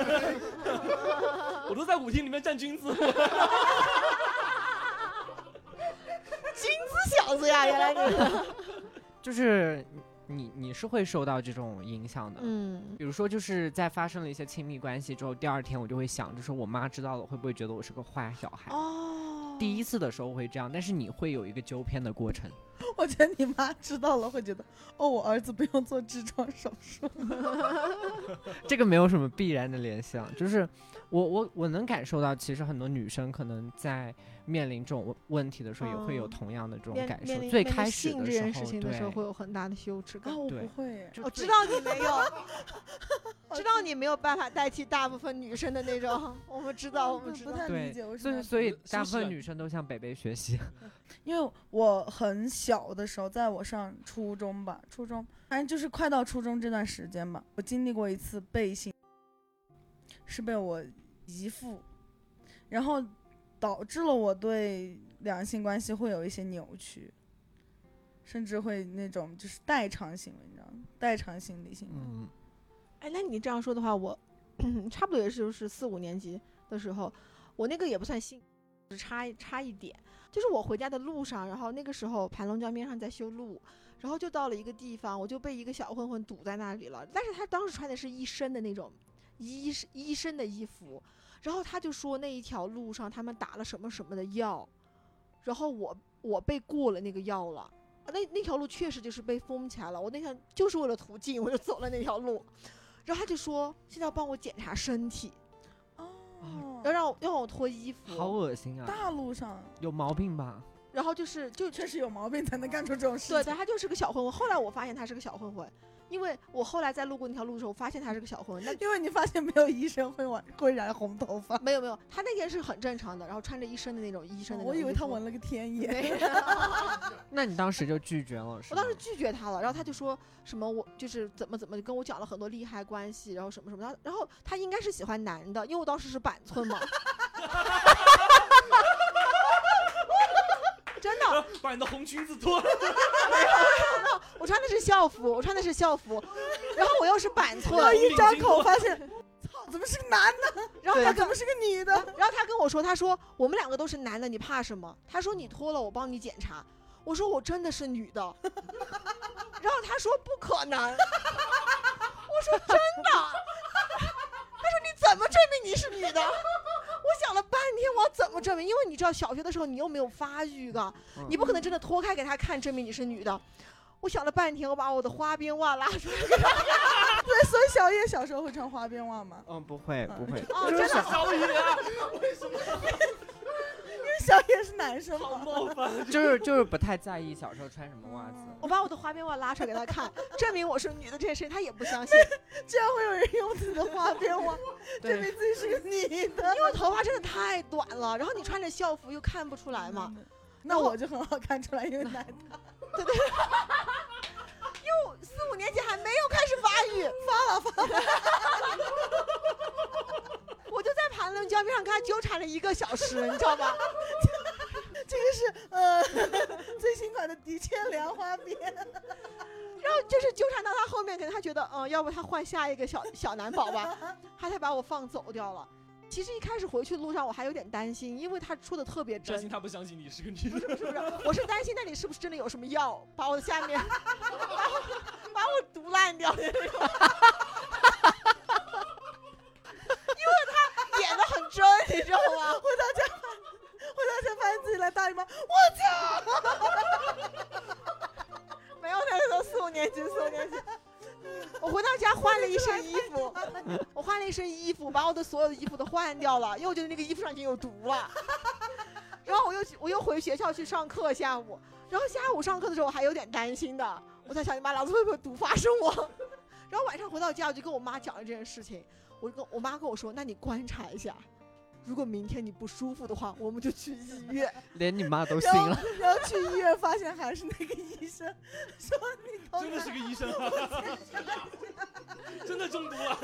我都在舞厅里面站君子。 君子小子呀，原来你就是你是会受到这种影响的。比如说就是在发生了一些亲密关系之后，第二天我就会想，就是我妈知道了会不会觉得我是个坏小孩？第一次的时候会这样，但是你会有一个纠偏的过程。 我觉得你妈知道了会觉得，我儿子不用做痔疮手术。 这个没有什么必然的联想，就是我能感受到，其实很多女生可能在面临这种问题的时候，也会有同样的这种感受。最开始这件事情的时候，会有很大的羞耻感。 我不会， 我知道你没有，知道你没有办法代替大部分女生的那种。我们知道， 不太理解为什么。 所以大部分女生都向北北学习。 因为我很小的时候，在我上初中吧，反正就是快到初中这段时间吧，我经历过一次被性，是被我姨父，然后导致了我对两性关系会有一些扭曲，甚至会那种就是代偿行为，你知道吗？代偿心理行为。 哎，那你这样说的话，我差不多也是就是4、5年级的时候，我那个也不算性，只差一点。就是我回家的路上，然后那个时候盘龙江边上在修路，然后就到了一个地方，我就被一个小混混堵在那里了。但是他当时穿的是一身的那种医生的衣服，然后他就说那一条路上他们打了什么什么的药，然后我被过了那个药了。那条路确实就是被封起来了，我那天就是为了途径我就走了那条路，然后他就说现在要帮我检查身体。要让我脱衣服， 好恶心啊！ 大路上有毛病吧？ 然后就确实有毛病才能干出这种事情。 对，他就是个小混混。后来我发现他是个小混混， 因为我后来在路过那条路的时候，我发现他是个小混混。那因为你发现没有医生会染红头发。 没有，他那天是很正常的，然后穿着一身的那种医生的那种我以为衣服他纹了个天眼。 没有那你当时就拒绝了是吗？ 我当时拒绝他了，然后他就说什么我就是怎么跟我讲了很多利害关系，然后什么什么的，然后他应该是喜欢男的，因为我当时是板寸嘛。真的， 把你的红裙子脱了。 我穿的是校服，然后我又是板寸， 我一张口发现，操，怎么是个男的？ 然后他怎么是个女的？ 然后他跟我说，他说我们两个都是男的，你怕什么？他说你脱了我帮你检查。我说我真的是女的。然后他说不可能。我说真的。他说你怎么证明你是女的？我想了半天，我要怎么证明？因为你知道小学的时候你又没有发育的，你不可能真的脱开给他看，证明你是女的。我想了半天，我把我的花边袜拉出来给他看。 对，所以小叶小时候会穿花边袜吗？ 不会。 哦，真的。 小野啊，为什么？ 因为小叶是男生好嘛。 冒犯。 就是不太在意小时候穿什么袜子。 我把我的花边袜拉出来给他看，证明我是女的这件事情，他也不相信。 居然会有人用自己的花边袜证明自己是个女的， 因为头发真的太短了，然后你穿着校服又看不出来嘛。 那我就很好看出来，因为男的。 对。因为我4、5年级还没有开始发育，发了。我就在盘龙江边上跟他纠缠了1个小时，你知道吧？ 这个是最新款的的确良花边。 然后就是纠缠到他后面，可能他觉得要不他换下一个小男宝吧，他才把我放走掉了。其实一开始回去的路上我还有点担心，因为他说的特别真。 担心他不相信你是个女的。 不是，我是担心那里是不是真的有什么药把我的下面把我毒烂掉的那种。因为他演得很真，你知道吗？ 回到家发现自己来大姨妈，我操！ 没有，那时候4、5年级。我回到家换了一身衣服，把我的所有的衣服都换掉了，因为我觉得那个衣服上已经有毒了。然后我又回学校去上课，下午上课的时候我还有点担心的，我在想你妈老子会不会毒发生我。然后晚上回到家我就跟我妈讲了这件事情，我妈跟我说，那你观察一下，如果明天你不舒服的话，我们就去医院。 连你妈都信了。 然后去医院发现还是那个医生说你真的是个医生啊，真的中毒了。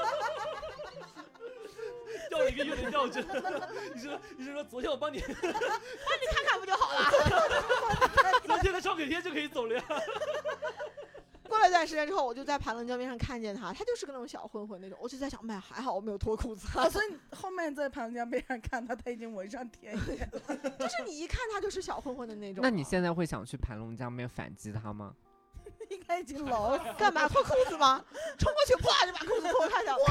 吊了1个月的吊针。医生说昨天我帮你看看不就好了。 昨天的创可贴就可以走了呀。 过了一段时间之后，我就在盘龙江边上看见他就是个那种小混混那种，我就在想，还好我没有脱裤子。 所以后面在盘龙江边上看他已经纹上天眼了。 就是你一看他就是小混混的那种。 那你现在会想去盘龙江边反击他吗？ 应该已经老死。 干嘛脱裤子吗？冲过去啪就把裤子脱开了。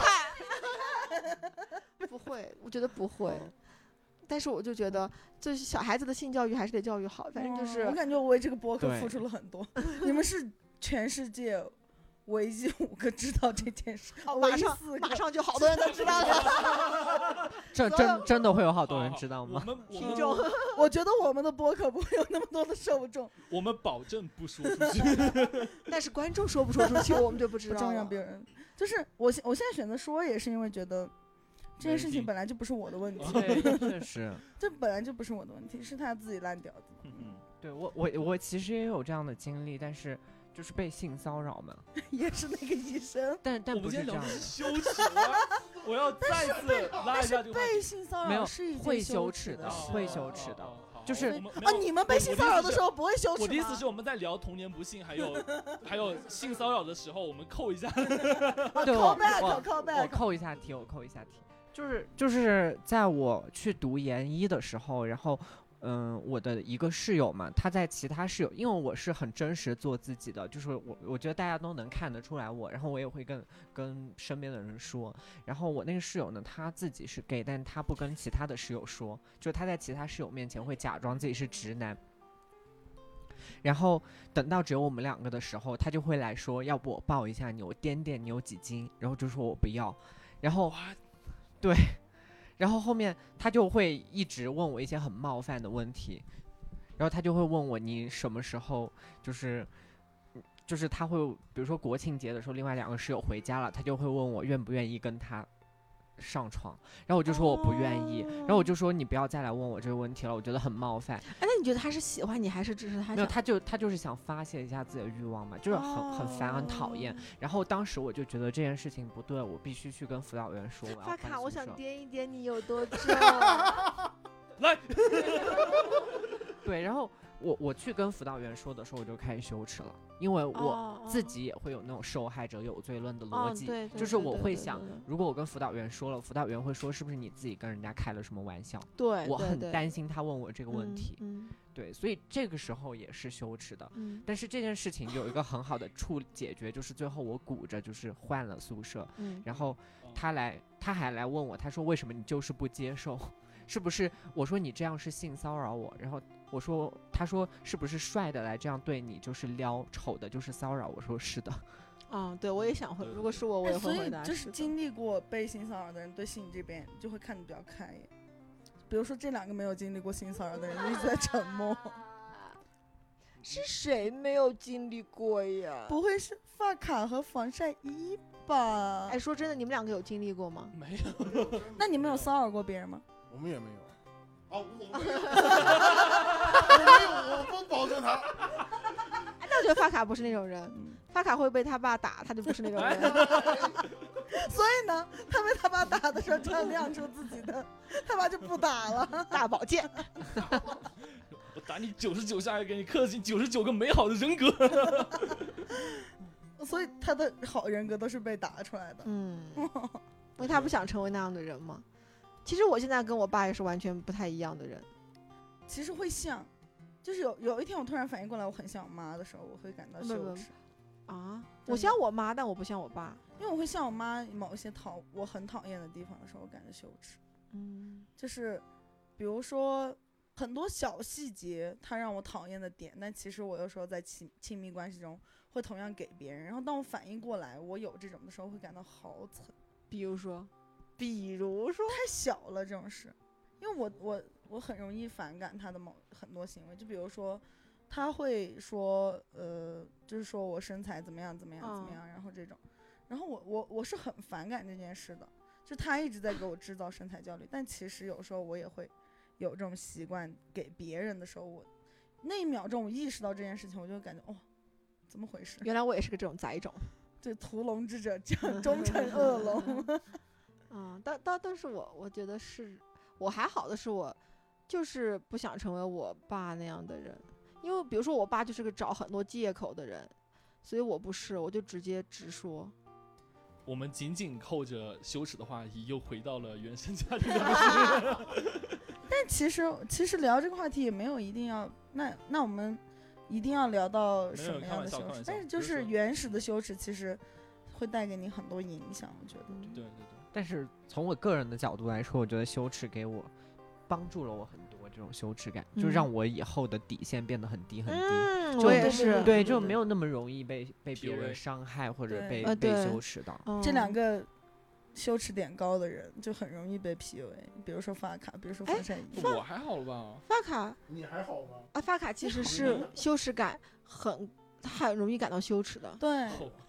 不会，我觉得不会。但是我就觉得，就是小孩子的性教育还是得教育好。反正就是， 我感觉我为这个播客付出了很多。你们是全世界唯一5个知道这件事， 马上就好多人都知道了。 真的会有好多人知道吗？ 听众， 我觉得我们的播客不会有那么多的受众。 我们保证不说出去。 但是观众说不说出去，我们就不知道了。 不重要，别人就是我现在选择说，也是因为觉得这件事情本来就不是我的问题。 确实， 这本来就不是我的问题，是他自己烂屌子。 对我其实也有这样的经历，但是就是被性骚扰嘛， 也是那个医生。 但不是这样的。 羞耻，我要再次拉一下这个话题。 被性骚扰是一件会羞耻的，会羞耻的。就是你们被性骚扰的时候不会羞耻吗？ 我的意思是我们在聊童年不幸还有性骚扰的时候，我们扣一下。 对，我扣一下题，就是在我去读研一的时候，然后我的一个室友嘛，他在其他室友，因为我是很真实做自己的，就是我觉得大家都能看得出来我，然后我也会跟身边的人说，然后我那个室友呢，他自己是gay，但他不跟其他的室友说，就是他在其他室友面前会假装自己是直男，然后等到只有我们2个的时候，他就会来说，要不我抱一下你，我掂掂你有几斤，然后就说我不要，然后对。然后后面他就会一直问我一些很冒犯的问题，然后他就会问我你什么时候就是就是他会，比如说国庆节的时候，另外2个室友回家了，他就会问我愿不愿意跟他上床，然后我就说我不愿意，然后我就说你不要再来问我这个问题了，我觉得很冒犯。 哎，那你觉得他是喜欢你，还是只是他没有， 想？ 他就是想发泄一下自己的欲望嘛，就是很烦很讨厌。然后当时我就觉得这件事情不对，我必须去跟辅导员说我要发卡，我想点。 掂一掂你有多重。 来， 对，然后我去跟辅导员说的时候，我就开始羞耻了，因为我自己也会有那种受害者有罪论的逻辑， 对， 就是我会想，如果我跟辅导员说了，辅导员会说是不是你自己跟人家开了什么玩笑？ 对， 我很担心他问我这个问题。 对， 所以这个时候也是羞耻的。但是这件事情有一个很好的解决，就是最后我鼓着就是换了宿舍，然后他还来问我，他说为什么你就是不接受？是不是我说你这样是性骚扰我？然后他说是不是帅的来这样对你就是撩，丑的就是骚扰？我说是的。 对，我也想回，如果是我也会回答。 所以就是经历过被性骚扰的人，对性这边就会看得比较开。比如说这2个没有经历过性骚扰的人一直在沉默。 是谁没有经历过呀？ 不会是发卡和防晒衣吧？ 哎，说真的，你们2个有经历过吗？ 没有。 那你们有骚扰过别人吗？ 我们也没有。我没有，我没有，我不保证他。 那我觉得发卡不是那种人，发卡会被他爸打，他就不是那种人。 所以呢，他被他爸打的时候，就要亮出自己的，他爸就不打了， 大宝剑。 我打你99下，给你刻进99个美好的人格。 所以他的好人格都是被打出来的。 因为他不想成为那样的人嘛。其实我现在跟我爸也是完全不太一样的人。 其实会像，就是有一天我突然反应过来，我很像我妈的时候，我会感到羞耻。 我像我妈，但我不像我爸， 因为我会像我妈某一些我很讨厌的地方的时候，我感到羞耻。就是比如说很多小细节，它让我讨厌的点，但其实我有时候在亲密关系中会同样给别人，然后当我反应过来我有这种的时候，会感到好惨。 比如说太小了这种事，因为我很容易反感他的很多行为，就比如说他会说就是说我身材怎么样怎么样怎么样，然后这种，然后我是很反感这件事的，就他一直在给我制造身材焦虑，但其实有时候我也会有这种习惯，给别人的时候，我那一秒钟我意识到这件事情，我就感觉怎么回事？ 原来我也是个这种杂种。 对，屠龙之者终成恶龙。 但是我觉得是我还好的是，我就是不想成为我爸那样的人，因为比如说我爸就是个找很多借口的人，所以我不是，我就直接直说。 我们紧紧扣着羞耻的话题，又回到了原生家庭的故事。 但其实聊这个话题也没有一定要，那我们一定要聊到什么样的羞耻？但是就是原始的羞耻，其实会带给你很多影响，我觉得。 对。 但是从我个人的角度来说，我觉得羞耻给我帮助了我很多，这种羞耻感，就让我以后的底线变得很低很低。 我也是， 对，就没有那么容易被别人伤害或者被羞耻到。 这2个羞耻点高的人就很容易被 PUA， 比如说发卡，比如说防晒衣。 我还好了吧？ 发卡， 你还好吗？ 发卡其实是羞耻感很容易感到羞耻的。 对，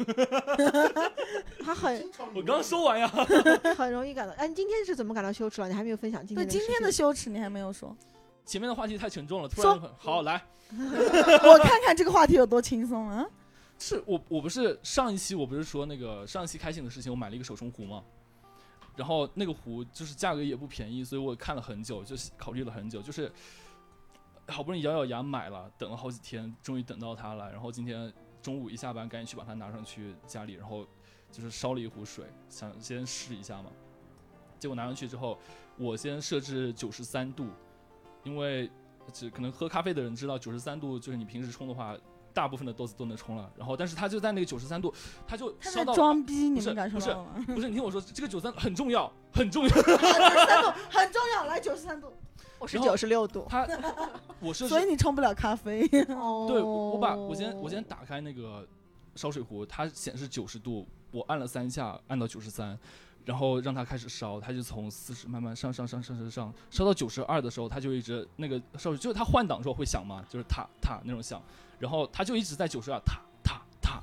他我刚说完呀。 很容易感到。你今天是怎么感到羞耻了？你还没有分享今天的。 对，今天的羞耻你还没有说。 前面的话题太沉重了，突然好来。 我看看这个话题有多轻松啊！ 是我不是上一期我不是说那个上一期开心的事情，我买了一个手冲壶嘛，然后那个壶就是价格也不便宜，所以我看了很久，就考虑了很久，就是好不容易咬牙买了，等了好几天，终于等到它了。然后今天中午一下班，赶紧去把它拿上去家里，然后就是烧了一壶水，想先试一下嘛。结果拿上去之后，我先设置93度，因为可能喝咖啡的人知道93度就是你平时冲的话，大部分的豆子都能冲了。然后但是它就在那个93度，它就烧到装逼，你们感受到了吗？ 不是，你听我说，这个93很重要，很重要。 93度很重要，来93度。 我是96度。 所以你冲不了咖啡。 对，我先打开那个烧水壶，它显示90度，我按了3下，按到93。然后让它开始烧，它就从40慢慢上，烧到92的时候，它就一直那个烧水，就是它换挡的时候会响嘛，就是踏踏那种响，然后它就一直在92踏踏踏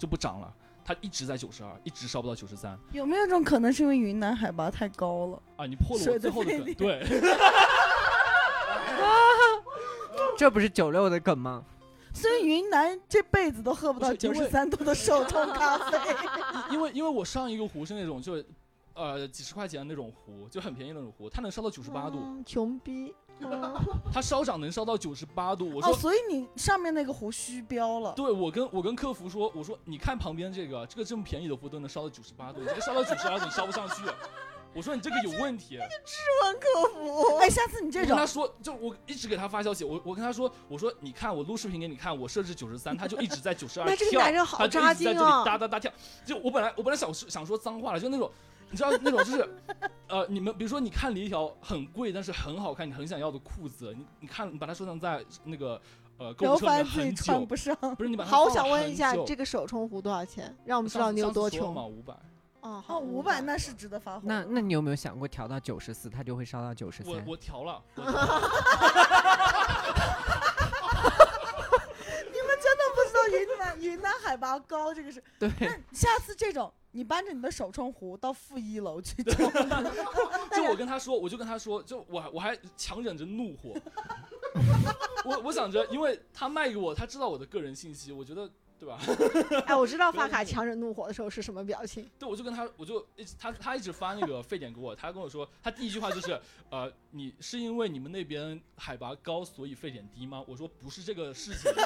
就不涨了，它一直在92，一直烧不到93。 有没有一种可能是因为云南海拔太高了啊？你破了我最后的梗，对。 这不是96的梗吗？ 所以云南这辈子都喝不到93度的手冲咖啡。 因为我上一个壶是那种就几十块钱的那种壶，就很便宜的那种壶，它能烧到98度。 穷逼。 它烧涨能烧到98度。我说， 所以你上面那个壶虚标了。 对，我跟客服说，我说你看旁边这个这么便宜的壶都能烧到98度，你这个烧到92度你烧不上去。我说你这个有问题。 质问客服。 哎，下次你这种。 我跟他说，就我一直给他发消息，我跟他说，我说你看我录视频给你看，我设置93，他就一直在92跳。 那这个男人好扎劲啊！哒哒哒跳。就我本来想说脏话了，就那种。你知道那种就是，你们比如说你看了一条很贵但是很好看你很想要的裤子，你看你把它收藏在那个购物车里面很久， 不上。 不是你把它好，我想问一下，这个手冲壶多少钱？让我们知道你有多穷。 500。 哦，好 ，500那是值得发挥。 那你有没有想过调到94，它就会烧到93？ 我调了。你们真的不知道云南海拔高这个是？ 对。 那下次这种。你搬着你的手冲壶到负1楼去就我跟他说，我就跟他说，就我还强忍着怒火，我想着，因为他卖给我，他知道我的个人信息，我觉得对吧？ 哎，我知道发卡强忍怒火的时候是什么表情。 对，他一直发那个沸点给我，他跟我说，他第一句话就是你是因为你们那边海拔高所以沸点低吗？我说不是这个事情。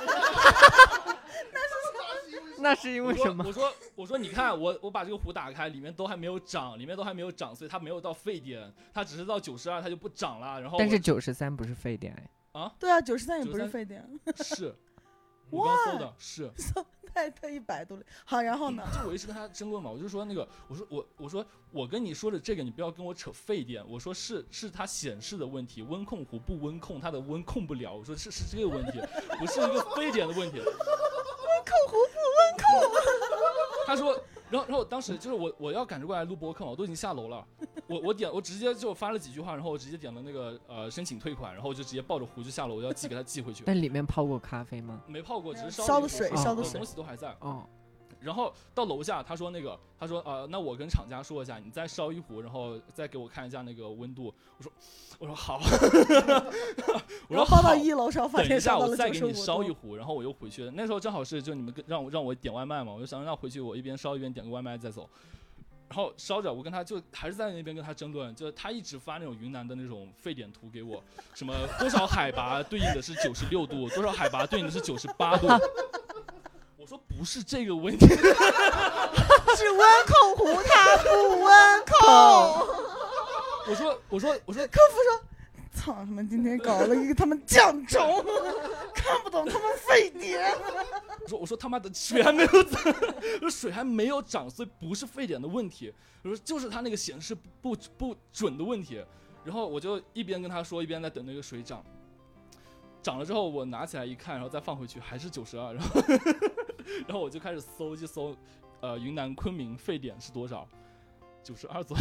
那是因为什么？ 我说你看我把这个壶打开，里面都还没有涨，所以它没有到沸点，它只是到92它就不涨了。然后但是93不是沸点哎。 啊？ 对啊，93也不是沸点。 是，我刚搜的是。 太100度了。好，然后呢？ 就我一直跟他争论嘛，我就说那个，我说我跟你说的这个，你不要跟我扯沸点。我说是它显示的问题，温控壶不温控，它的温控不了。我说是这个问题，不是一个沸点的问题。 温控壶不温控。 他说，然后当时就是我要赶着过来录播客嘛，我都已经下楼了，我直接就发了几句话，然后我直接点了那个申请退款，然后我就直接抱着壶就下楼，我要给他寄回去。 但里面泡过咖啡吗？ 没泡过，只是烧的水， 东西都还在。 哦。 然后到楼下，他说那我跟厂家说一下，你再烧一壶，然后再给我看一下那个温度。我说好。我说抱到1楼上，发现等一下我再给你烧一壶，然后我又回去了。那时候正好是就你们让我点外卖嘛，我就想让回去我一边烧一边点个外卖再走。然后烧着，我跟他就还是在那边跟他争论，就他一直发那种云南的那种沸点图给我，什么多少海拔对应的是96度，多少海拔对应的是98度。我说不是这个问题， 是温控壶它不温控。 我说， 客服说，操他们今天搞了一个他们降重，看不懂他们沸点。 我说他妈的水还没有涨，水还没有涨，所以不是沸点的问题，我说就是他那个显示不准的问题。然后我就一边跟他说，一边在等那个水涨。涨了之后，我拿起来一看，然后再放回去，还是92。然后我就开始搜，云南昆明沸点是多少？92左右。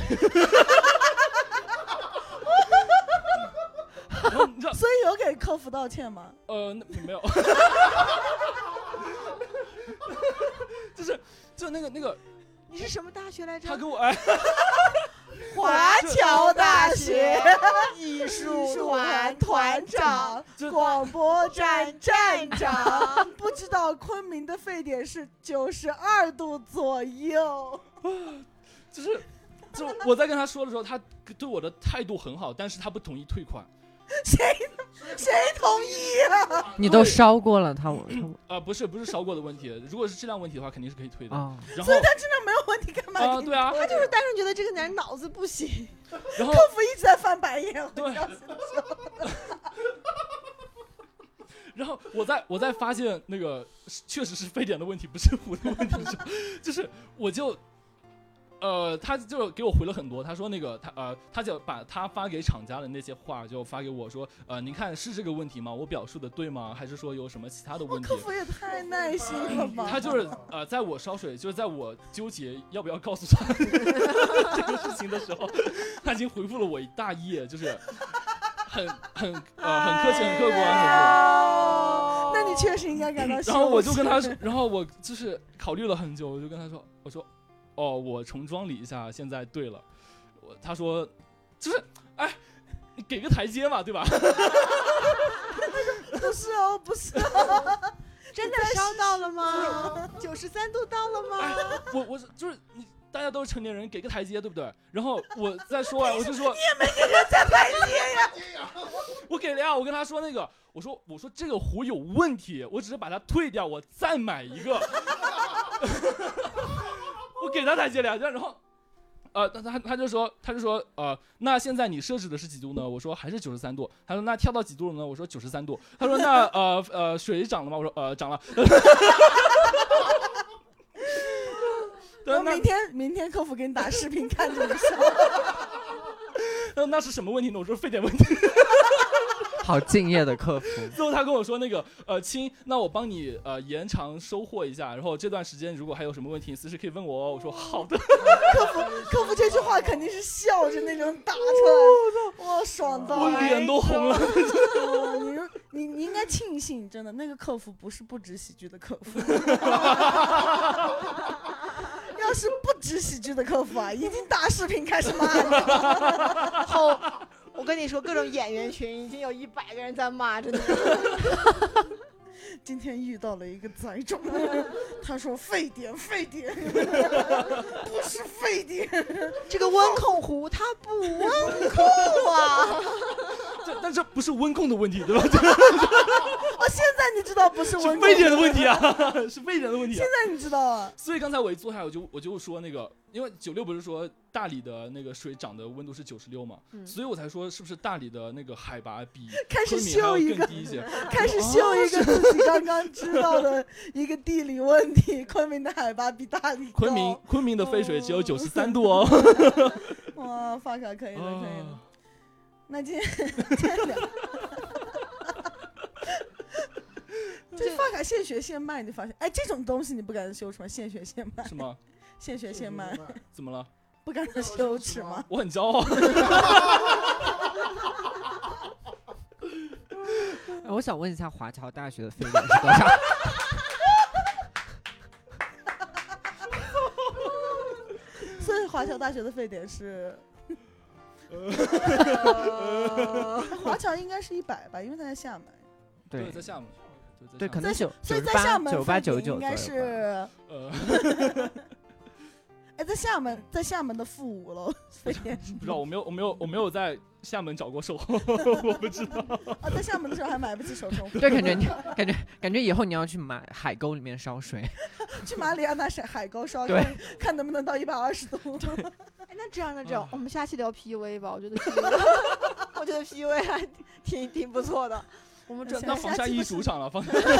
然后你知道， 所以有给客服道歉吗？ 没有。就那个。 你是什么大学来着？ 他跟我华侨大学艺术团团长，广播站站长。 不知道昆明的沸点是92度左右。 就我在跟他说的时候，他对我的态度很好，但是他不同意退款。 谁同意啊？ 你都烧过了， 不是烧过的问题，如果是质量问题的话，肯定是可以退的。然后所以他质量没有问题，干嘛？ 对啊， 他就是单纯觉得这个男人脑子不行。 然后客服一直在翻白眼。 对。然后我在发现那个确实是沸点的问题，不是壶的问题，就是我就。他就给我回了很多，他说那个他就把他发给厂家的那些话就发给我说，您看是这个问题吗？我表述的对吗？还是说有什么其他的问题？ 客服也太耐心了吧！ 他就是在我烧水，就是在我纠结要不要告诉他这个事情的时候，他已经回复了我一大页，就是很客气、很客观。 那你确实应该感到羞耻。 然后我就跟他说，然后我就是考虑了很久，我就跟他说，我说，哦，我重装理一下，现在对了。他说，就是，哎，你给个台阶嘛，对吧？ 不是哦，不是哦， 真的烧到了吗？93度到了吗？ 我就是你。大家都是成年人，给个台阶，对不对？然后我再说完，我就说你也没给人家台阶呀。 我给了呀，我跟他说那个，我说这个壶有问题，我只是把它退掉，我再买一个。我给他台阶了，然后，他就说那现在你设置的是几度呢？我说还是93度。他说那跳到几度了呢？我说93度。他说那水涨了吗？我说涨了。 然后明天客服给你打视频看着你笑。 那是什么问题呢？我说沸点问题。 好敬业的客服。 最后他跟我说那个亲，那我帮你延长收货一下，然后这段时间如果还有什么问题，随时可以问我哦。我说好的。 客服这句话肯定是笑着那种打出来，哇，爽到我脸都红了。 你应该庆幸，真的那个客服不是不止喜剧的客服。要是不止喜剧的客服啊，已经打视频开始骂你了。 我跟你说，各种演员群已经有100个人在骂，真的。 今天遇到了一个宰种，他说沸点，不是沸点， 这个温控壶它不温控啊。 但这不是温控的问题，对吧？ 现在你知道不是温控， 是沸点的问题啊，是沸点的问题。 现在你知道啊。 所以刚才我一坐下来，我就说那个，因为96不是说大理的那个水涨的温度是96嘛，所以我才说是不是大理的那个海拔比昆明还要更低一些？ 开始秀一个自己刚刚知道的一个地理问题，昆明的海拔比大理高。 昆明的沸水只有93度哦。 哇，发卡可以的，可以的。那今天聊。这发卡现学现卖，你发现？哎，这种东西你不感到羞耻吗？现学现卖。 是吗？ 现学现卖。 怎么了？ 不感到羞耻吗？ 我很骄傲。 我想问一下，华侨大学的沸点是多少？ 所以华侨大学的沸点是。华侨应该是100吧，因为它在厦门。 对， 在厦门。 对，可能所以在厦门 98、99 应该是哎，在厦门的负5楼，沸点不知道，我没有在厦门找过售后，我不知道。 啊，在厦门的时候还买不起手冲。 对，感觉以后你要去买海沟里面烧水， 去马里亚纳海沟烧，看能不能到120度。 哎，那这样，我们下期聊 PUA 吧，我觉得 PUA 还挺不错的。我们准备防晒衣主场了，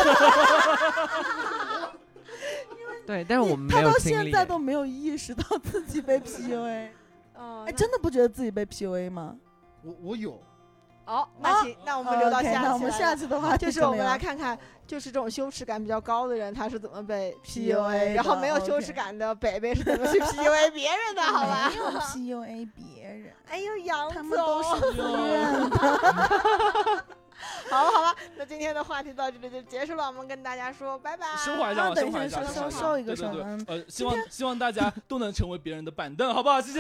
对，但是我们没有经历， 他到现在都没有意识到自己被 PUA。哎，真的不觉得自己被 PUA 吗？ 我有。 好，那行，那我们留到下期。 那我们下期的话， 就是我们来看看，就是这种羞耻感比较高的人，他是怎么被 PUA， 然后没有羞耻感的北北是怎么去 PUA 别人的，好吧？ 没有 PUA 别人。 哎呦，杨总， 他们都是自愿的。 好吧，那今天的话题到这里就结束了，我们跟大家说拜拜。 升华一下， 等一下，收一个声。 对，希望大家都能成为别人的板凳，好不好？谢谢。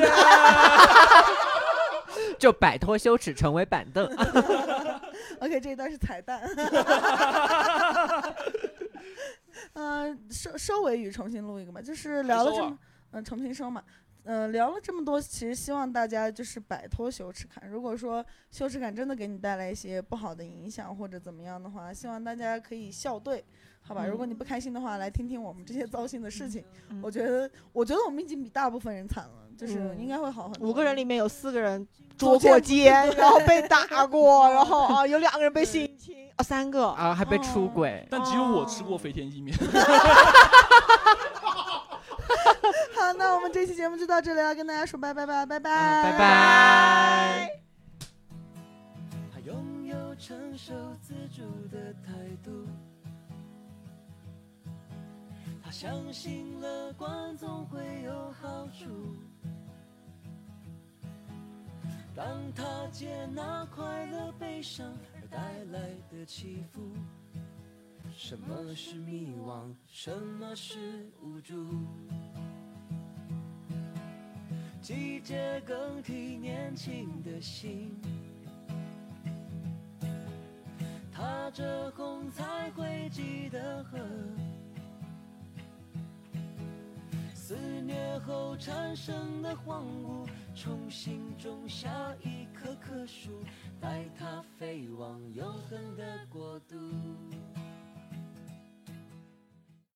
就摆脱羞耻，成为板凳。 OK， 这一段是彩蛋。收尾语重新录一个吧，就是聊了这么，重新收嘛。聊了这么多，其实希望大家就是摆脱羞耻感。如果说羞耻感真的给你带来一些不好的影响或者怎么样的话，希望大家可以笑对，好吧？如果你不开心的话，来听听我们这些糟心的事情。我觉得我们已经比大部分人惨了，就是应该会好很多。 5个人里面有4个人捉过奸，然后被打过，然后有2个人被性侵，3个啊还被出轨， 但只有我吃过飞天意面。 好，那我们这期节目就到这里了，跟大家说拜拜吧，拜拜， 拜拜。 他拥有承受自主的态度，他相信乐观总会有好处，当他接纳快乐悲伤而带来的起伏， 什么是迷惘，什么是无助？季节更替年轻的心，踏着红彩绘迹的河，肆虐后产生的荒芜，重新种下一棵棵树，带它飞往永恒的国度。